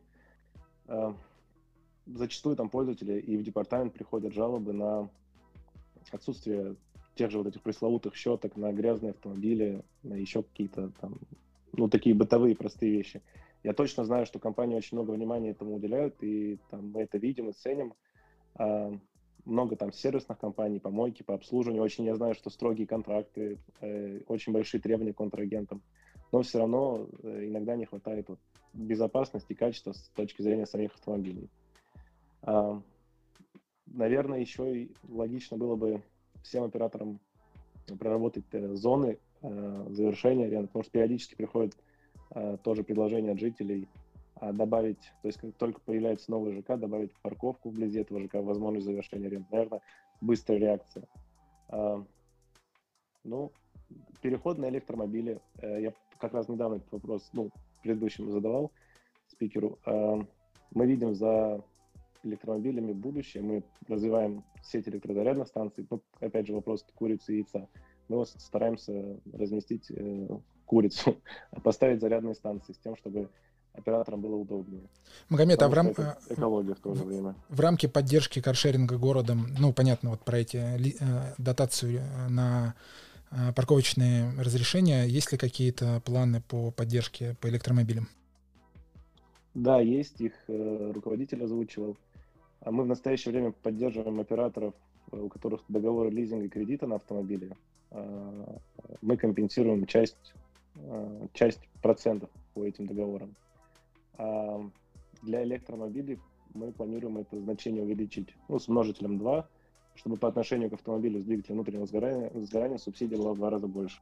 зачастую там пользователи и в департамент приходят жалобы на отсутствие тех же вот этих пресловутых щеток, на грязные автомобили, на еще какие-то там, ну, такие бытовые простые вещи. Я точно знаю, что компании очень много внимания этому уделяют, и там мы это видим и ценим. А, много там сервисных компаний, помойки, по обслуживанию. Очень я знаю, что строгие контракты, э, очень большие требования к контрагентам. Но все равно э, иногда не хватает вот, безопасности и качества с точки зрения самих автомобилей. А, наверное, еще и логично было бы всем операторам проработать э, зоны э, завершения аренды, потому что периодически приходят э, тоже предложения от жителей э, добавить, то есть как только появляется новый ЖК, добавить парковку вблизи этого ЖК, возможность завершения аренды. Наверное, быстрая реакция. Э, ну, переход на электромобили. Э, я как раз недавно этот вопрос, ну, предыдущему задавал спикеру. Э, мы видим за электромобилями будущее, мы развиваем сеть электрозарядных станций. Ну, опять же, вопрос курицы и яйца. Мы вот стараемся разместить э, курицу, поставить зарядные станции с тем, чтобы операторам было удобнее. Магомед, а в, рам... экология в то же время. В рамке поддержки каршеринга городом, ну, понятно, вот про эти э, дотацию на э, парковочные разрешения, есть ли какие-то планы по поддержке по электромобилям? Да, есть, их э, руководитель озвучивал. А мы в настоящее время поддерживаем операторов, у которых договоры лизинга и кредита на автомобиле. Мы компенсируем часть, часть процентов по этим договорам. А для электромобилей мы планируем это значение увеличить, ну, с множителем два, чтобы по отношению к автомобилю с двигателем внутреннего сгорания, сгорания субсидия была в два раза больше.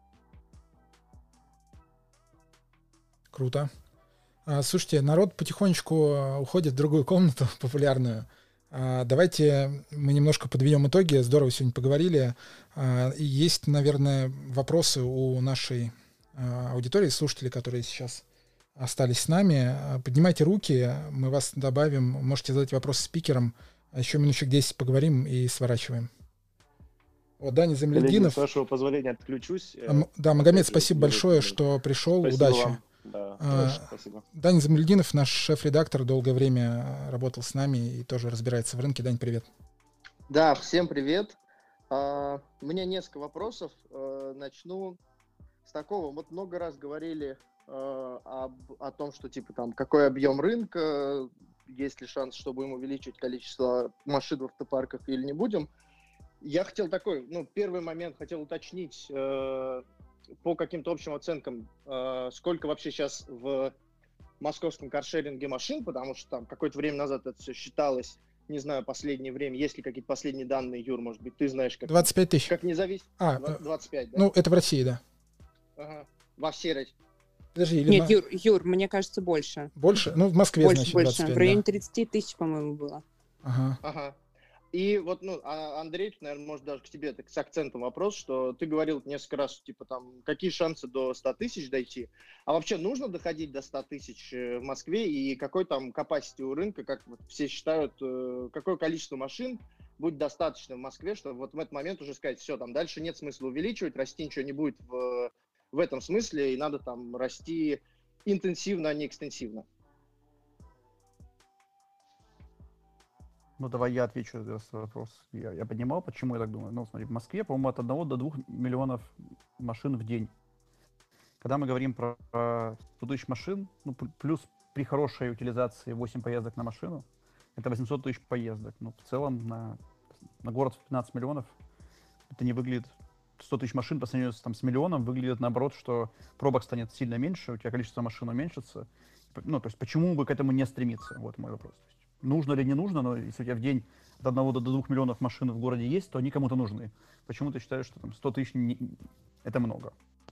Круто. Слушайте, народ потихонечку уходит в другую комнату популярную. Давайте мы немножко подведем итоги. Здорово сегодня поговорили. Есть, наверное, вопросы у нашей аудитории, слушателей, которые сейчас остались с нами. Поднимайте руки, мы вас добавим. Можете задать вопросы спикерам. Еще минуточек десять поговорим и сворачиваем. Вот, Даня Замлетдинов. С вашего позволения отключусь. Да, Магомед, спасибо большое, что пришел. Спасибо Удачи. Вам. Да, а, спасибо. Даня Замлетдинов, наш шеф-редактор, долгое время работал с нами и тоже разбирается в рынке. Дань, привет. Да, всем привет. А, у меня несколько вопросов. А, начну с такого. Вот много раз говорили а, об, о том, что типа там какой объем рынка, есть ли шанс, что будем увеличивать количество машин в автопарках или не будем. Я хотел такой, ну, первый момент хотел уточнить э, по каким-то общим оценкам, э, сколько вообще сейчас в московском каршеринге машин, потому что там какое-то время назад это все считалось, не знаю, последнее время, есть ли какие-то последние данные, Юр, может быть, ты знаешь, как... двадцать пять тысяч. Как независимо... А, двадцать пять, да? Ну, это в России, да. Ага. Во всей России. Подожди, или Нет, на... Юр, Юр, мне кажется, больше. Больше? Ну, в Москве, больше, значит, больше. двадцать пять, в районе да. тридцать тысяч, по-моему, было. Ага. Ага. И вот, ну, Андрей, наверное, может даже к тебе так, с акцентом вопрос, что ты говорил несколько раз, типа, там, какие шансы до ста тысяч дойти, а вообще нужно доходить до ста тысяч в Москве, и какой там capacity у рынка, как вот все считают, какое количество машин будет достаточно в Москве, чтобы вот в этот момент уже сказать, все, там, дальше нет смысла увеличивать, расти ничего не будет в, в этом смысле, и надо там расти интенсивно, а не экстенсивно. Ну, давай я отвечу на этот вопрос. Я, я поднимал, почему я так думаю. Ну, смотри, в Москве, по-моему, от одного до двух миллионов машин в день. Когда мы говорим про, про сто тысяч машин, ну, плюс при хорошей утилизации восемь поездок на машину, это восемьсот тысяч поездок. Ну, в целом, на, на город в пятнадцать миллионов это не выглядит... сто тысяч машин по сравнению с, там, с миллионом выглядит наоборот, что пробок станет сильно меньше, у тебя количество машин уменьшится. Ну, то есть, почему бы к этому не стремиться? Вот мой вопрос. То есть, нужно или не нужно, но если у тебя в день от одного до двух миллионов машин в городе есть, то они кому-то нужны. Почему ты считаешь, что там сто тысяч не... это много?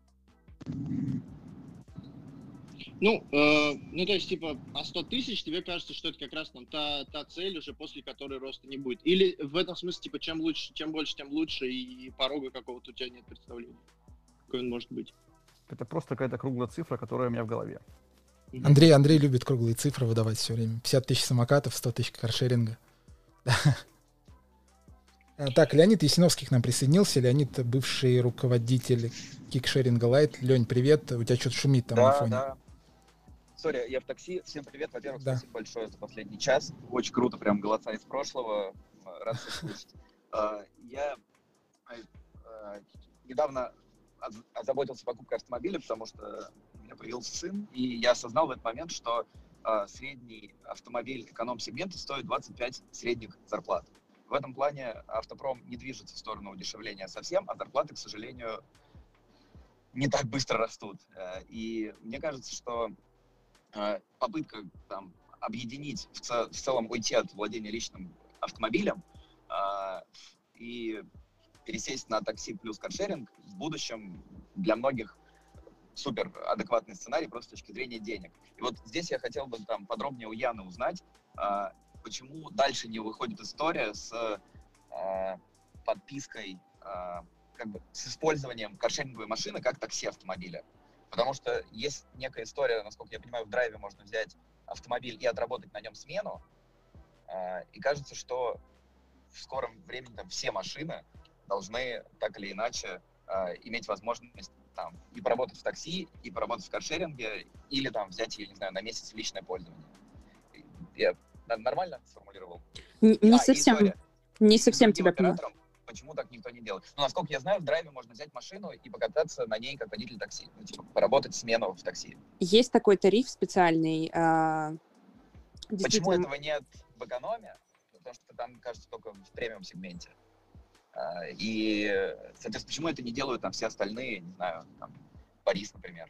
Ну, э, ну, то есть, типа, а сто тысяч, тебе кажется, что это как раз там та, та цель, уже после которой роста не будет? Или в этом смысле, типа, чем лучше, чем больше, тем лучше, и порога какого-то у тебя нет представления? Какой он может быть? Это просто какая-то круглая цифра, которая у меня в голове. Андрей, Андрей любит круглые цифры выдавать все время. пятьдесят тысяч самокатов, сто тысяч каршеринга. Так, Леонид Ясиновский к нам присоединился. Леонид, бывший руководитель кикшеринга Light. Лень, привет. У тебя что-то шумит там да, на фоне. Да, Сори, я в такси. Всем привет. Во-первых, да. спасибо большое за последний час. Очень круто, прям голоса из прошлого. Рад вас слышать. Я недавно озаботился покупкой автомобиля, потому что у меня появился сын, и я осознал в этот момент, что средний автомобиль эконом-сегмента стоит двадцать пять средних зарплат. В этом плане автопром не движется в сторону удешевления совсем, а зарплаты, к сожалению, не так быстро растут. И мне кажется, что попытка там, объединить, в, цел, в целом уйти от владения личным автомобилем и пересесть на такси плюс каршеринг в будущем для многих супер адекватный сценарий просто с точки зрения денег. И вот здесь я хотел бы там подробнее у Яны узнать, почему дальше не выходит история с э, подпиской, э, как бы с использованием каршеринговой машины как такси автомобиля. Потому что есть некая история, насколько я понимаю, в драйве можно взять автомобиль и отработать на нем смену. Э, и кажется, что в скором времени там все машины должны так или иначе э, иметь возможность там и поработать в такси, и поработать в каршеринге, или там взять ее, не знаю, на месяц в личное пользование. Я нормально сформулировал? Не, не а, совсем, не совсем тебя понимаю. Почему так никто не делает? Ну, насколько я знаю, в драйве можно взять машину и покататься на ней как водитель такси. Ну, типа, поработать смену в такси. Есть такой тариф специальный. А, Почему этого нет в экономе? Потому что там, кажется, только в премиум-сегменте. А, и, соответственно, почему это не делают там все остальные, не знаю, там, Борис, например?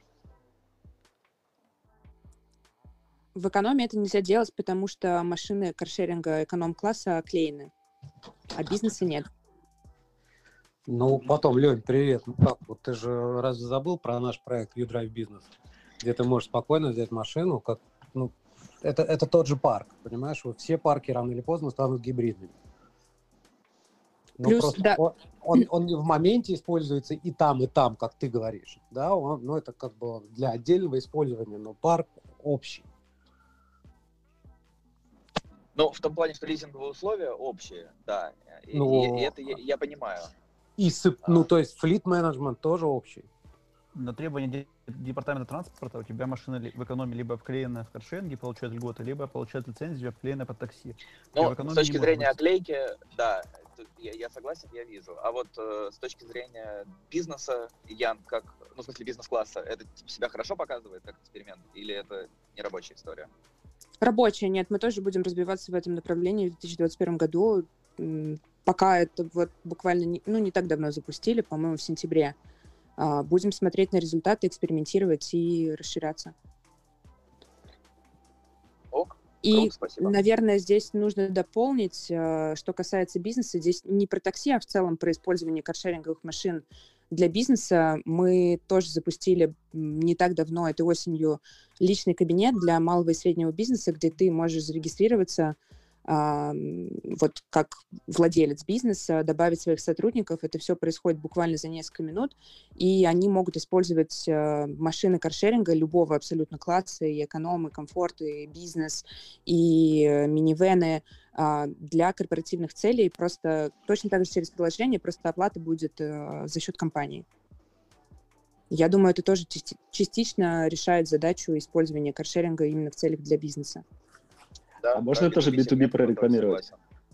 В экономе это нельзя делать, потому что машины каршеринга эконом-класса оклеены, а бизнеса нет. Ну, потом, Лёнь, привет. Ну как, вот ты же разве забыл про наш проект U-Drive Business, где ты можешь спокойно взять машину, как, ну, это, это тот же парк, понимаешь? Вот все парки рано или поздно станут гибридными. Но Плюс, просто да. он, он, он не в моменте используется и там, и там, как ты говоришь. Да, он, ну, это как бы для отдельного использования, но парк общий. Ну, в том плане, что лизинговые условия общие, да, и, ну, и, и это я, я понимаю. И, а. Ну, то есть флит-менеджмент тоже общий. На требования департамента транспорта у тебя машина в экономе либо вклеена в каршеринге, получает льготы, либо получает лицензию, обклеена под такси. Ну, с точки зрения оклейки, да, я, я согласен, я вижу. А вот э, с точки зрения бизнеса, Ян, как, ну, в смысле бизнес-класса, это себя хорошо показывает как эксперимент, или это не рабочая история? Рабочая, нет, мы тоже будем развиваться в этом направлении в две тысячи двадцать первом году. Пока это вот буквально, не, ну, не так давно запустили, по-моему, в сентябре. Будем смотреть на результаты, экспериментировать и расширяться. Ок, и, круто, спасибо. Наверное, здесь нужно дополнить, что касается бизнеса, здесь не про такси, а в целом про использование каршеринговых машин для бизнеса. Мы тоже запустили не так давно, этой осенью, личный кабинет для малого и среднего бизнеса, где ты можешь зарегистрироваться а, вот как владелец бизнеса, добавить своих сотрудников. Это все происходит буквально за несколько минут, и они могут использовать а, машины каршеринга любого абсолютно класса, и эконом, и комфорт, и бизнес, и а, минивены, для корпоративных целей, просто точно так же через приложение, просто оплата будет э, за счет компании. Я думаю, это тоже части- частично решает задачу использования каршеринга именно в целях для бизнеса. Да, а можно тоже би ту би прорекламировать?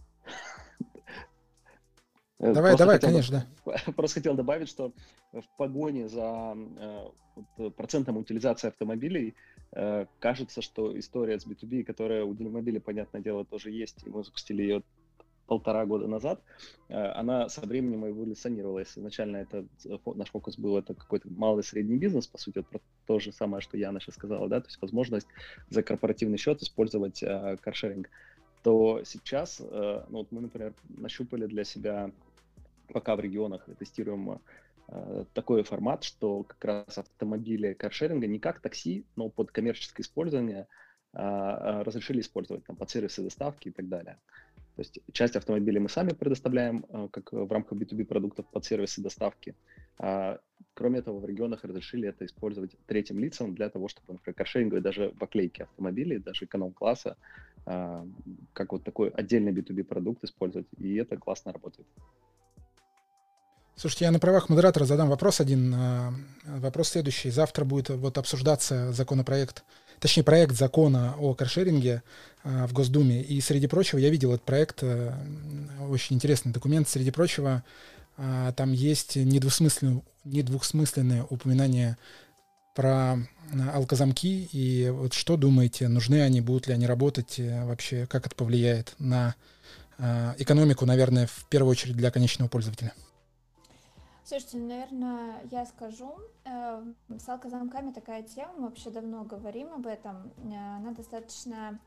Давай, давай, конечно. Просто хотел добавить, что в погоне за процентом утилизации автомобилей кажется, что история с би ту би, которая у Dealmobile, понятное дело, тоже есть, и мы запустили ее полтора года назад, она со временем эволюционировала. Если изначально это, наш фокус был это какой-то малый и средний бизнес, по сути, это то же самое, что Яна сейчас сказала, да, то есть возможность за корпоративный счет использовать каршеринг, то сейчас, ну вот мы, например, нащупали для себя, пока в регионах тестируем такой формат, что как раз автомобили каршеринга не как такси, но под коммерческое использование а, а, разрешили использовать там, под сервисы доставки и так далее. То есть часть автомобилей мы сами предоставляем, как в рамках би ту би продуктов под сервисы доставки. А, кроме этого, в регионах разрешили это использовать третьим лицам для того, чтобы, например, каршеринговые даже баклейки автомобилей, даже эконом-класса, а, как вот такой отдельный би ту би продукт использовать. И это классно работает. Слушайте, я на правах модератора задам вопрос один. Вопрос следующий. Завтра будет вот обсуждаться законопроект, точнее, проект закона о каршеринге в Госдуме. И, среди прочего, я видел этот проект, очень интересный документ. Среди прочего, там есть недвусмысленное, недвусмысленное упоминание про алкозамки. И вот что думаете, нужны они, будут ли они работать, вообще, как это повлияет на экономику, наверное, в первую очередь для конечного пользователя? Слушайте, наверное, я скажу, э, с алкозамками такая тема, мы вообще давно говорим об этом, э, она достаточно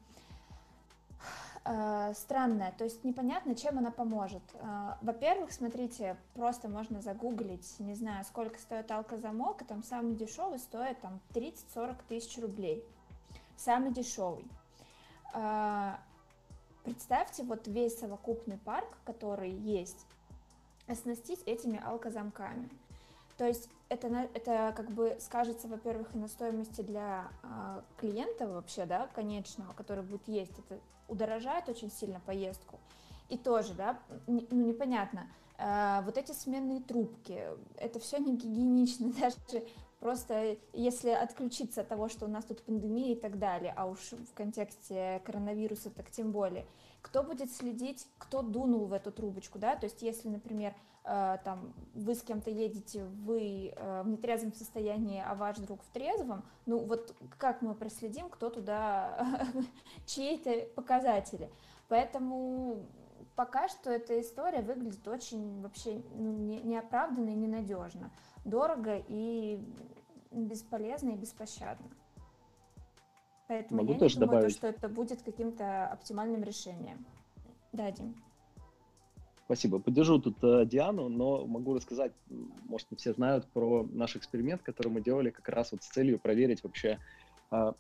э, странная, то есть непонятно, чем она поможет. Э, во-первых, смотрите, просто можно загуглить, не знаю, сколько стоит алкозамок, и там самый дешевый стоит там тридцать-сорок тысяч рублей, самый дешевый. Э, представьте вот весь совокупный парк, который есть, оснастить этими алкозамками. То есть это, это как бы скажется, во-первых, и на стоимости для э, клиента вообще, да, конечного, который будет есть. Это удорожает очень сильно поездку. И тоже, да, не, ну непонятно, э, вот эти сменные трубки, это все не гигиенично, даже просто если отключиться от того, что у нас тут пандемия и так далее, а уж в контексте коронавируса так тем более. Кто будет следить, кто дунул в эту трубочку, да, то есть если, например, э, там, вы с кем-то едете, вы э, в нетрезвом состоянии, а ваш друг в трезвом, ну вот как мы проследим, кто туда, чьи-то показатели. Поэтому пока что эта история выглядит очень вообще ну, не, неоправданно и ненадежно, дорого и бесполезно и беспощадно. Поэтому Могу я тоже не думаю, добавить. что это будет каким-то оптимальным решением. Да, Дим. Спасибо. Поддержу тут uh, Диану, но могу рассказать, может, не все знают про наш эксперимент, который мы делали как раз вот с целью проверить вообще uh,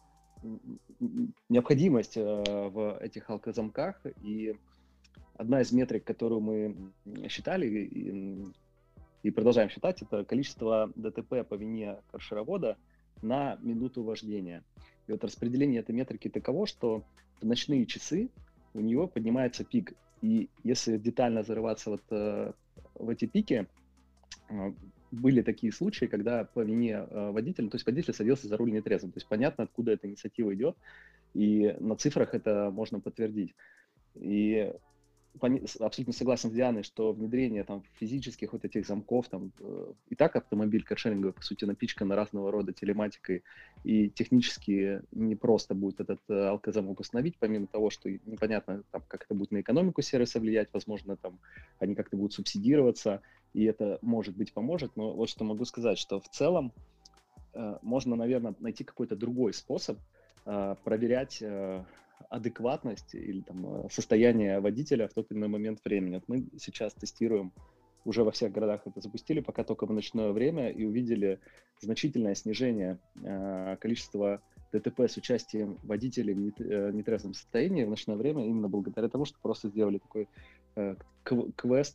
необходимость uh, в этих алкозамках. И одна из метрик, которую мы считали и, и продолжаем считать, это количество ДТП по вине каршеровода на минуту вождения. И вот распределение этой метрики таково, что в ночные часы у него поднимается пик. И если детально зарываться вот э, в эти пики, э, были такие случаи, когда по вине э, водителя, то есть водитель садился за руль нетрезвым. То есть понятно, откуда эта инициатива идет, и на цифрах это можно подтвердить. И абсолютно согласен с Дианой, что внедрение там физических вот этих замков, там э, и так автомобиль каршеринговый, по сути, напичкан разного рода телематикой, и технически не просто будет этот э, алкозамок установить, помимо того, что непонятно, там, как это будет на экономику сервиса влиять, возможно, там они как-то будут субсидироваться, и это, может быть, поможет, но вот что могу сказать, что в целом э, можно, наверное, найти какой-то другой способ э, проверять э, адекватность или там, состояние водителя в тот или иной момент времени. Вот мы сейчас тестируем, уже во всех городах это запустили, пока только в ночное время, и увидели значительное снижение э, количества ДТП с участием водителей в нет, э, нетрезвом состоянии в ночное время, именно благодаря тому, что просто сделали такой э, квест,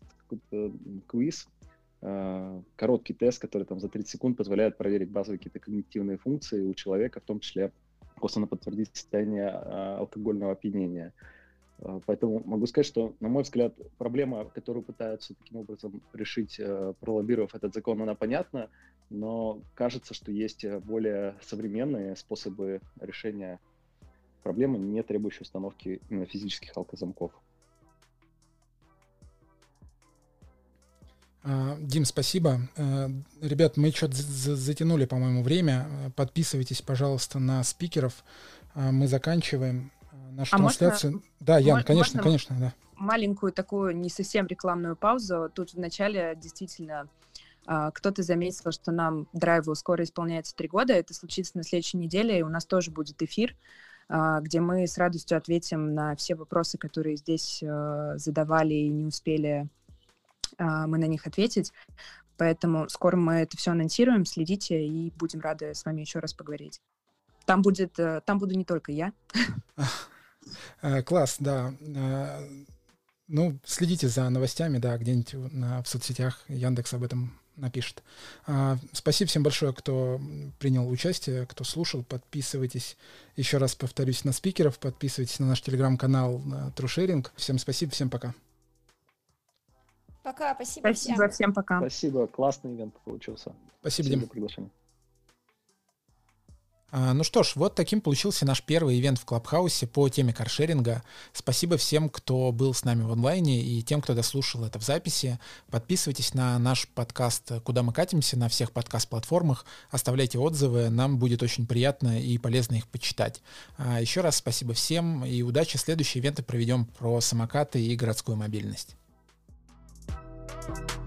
квиз, э, короткий тест, который там за тридцать секунд позволяет проверить базовые какие-то когнитивные функции у человека, в том числе косвенно подтвердить состояние а, алкогольного опьянения. А, поэтому могу сказать, что, на мой взгляд, проблема, которую пытаются таким образом решить, а, пролоббировав этот закон, она понятна, но кажется, что есть более современные способы решения проблемы, не требующие установки именно физических алкозамков. Дим, спасибо. Ребят, мы что-то затянули, по-моему, время. Подписывайтесь, пожалуйста, на спикеров. Мы заканчиваем нашу а трансляцию. Можно, да, Ян, конечно, конечно, да. Маленькую такую не совсем рекламную паузу. Тут в начале действительно кто-то заметил, что нам драйву скоро исполняется три года. Это случится на следующей неделе, и у нас тоже будет эфир, где мы с радостью ответим на все вопросы, которые здесь задавали и не успели мы на них ответить. Поэтому скоро мы это все анонсируем, следите, и будем рады с вами еще раз поговорить. Там будет, там буду не только я. Класс, да. Ну, следите за новостями, да, где-нибудь на, в соцсетях Яндекс об этом напишет. А, спасибо всем большое, кто принял участие, кто слушал. Подписывайтесь, еще раз повторюсь, на спикеров, подписывайтесь на наш телеграм-канал TrueSharing. Всем спасибо, всем пока. Пока, спасибо, спасибо всем. всем пока. Спасибо, классный ивент получился. Спасибо, спасибо Дим. за приглашение. А, ну что ж, вот таким получился наш первый ивент в Клабхаусе по теме каршеринга. Спасибо всем, кто был с нами в онлайне, и тем, кто дослушал это в записи. Подписывайтесь на наш подкаст «Куда мы катимся» на всех подкаст-платформах. Оставляйте отзывы, нам будет очень приятно и полезно их почитать. А, еще раз спасибо всем и удачи. Следующие ивенты проведем про самокаты и городскую мобильность.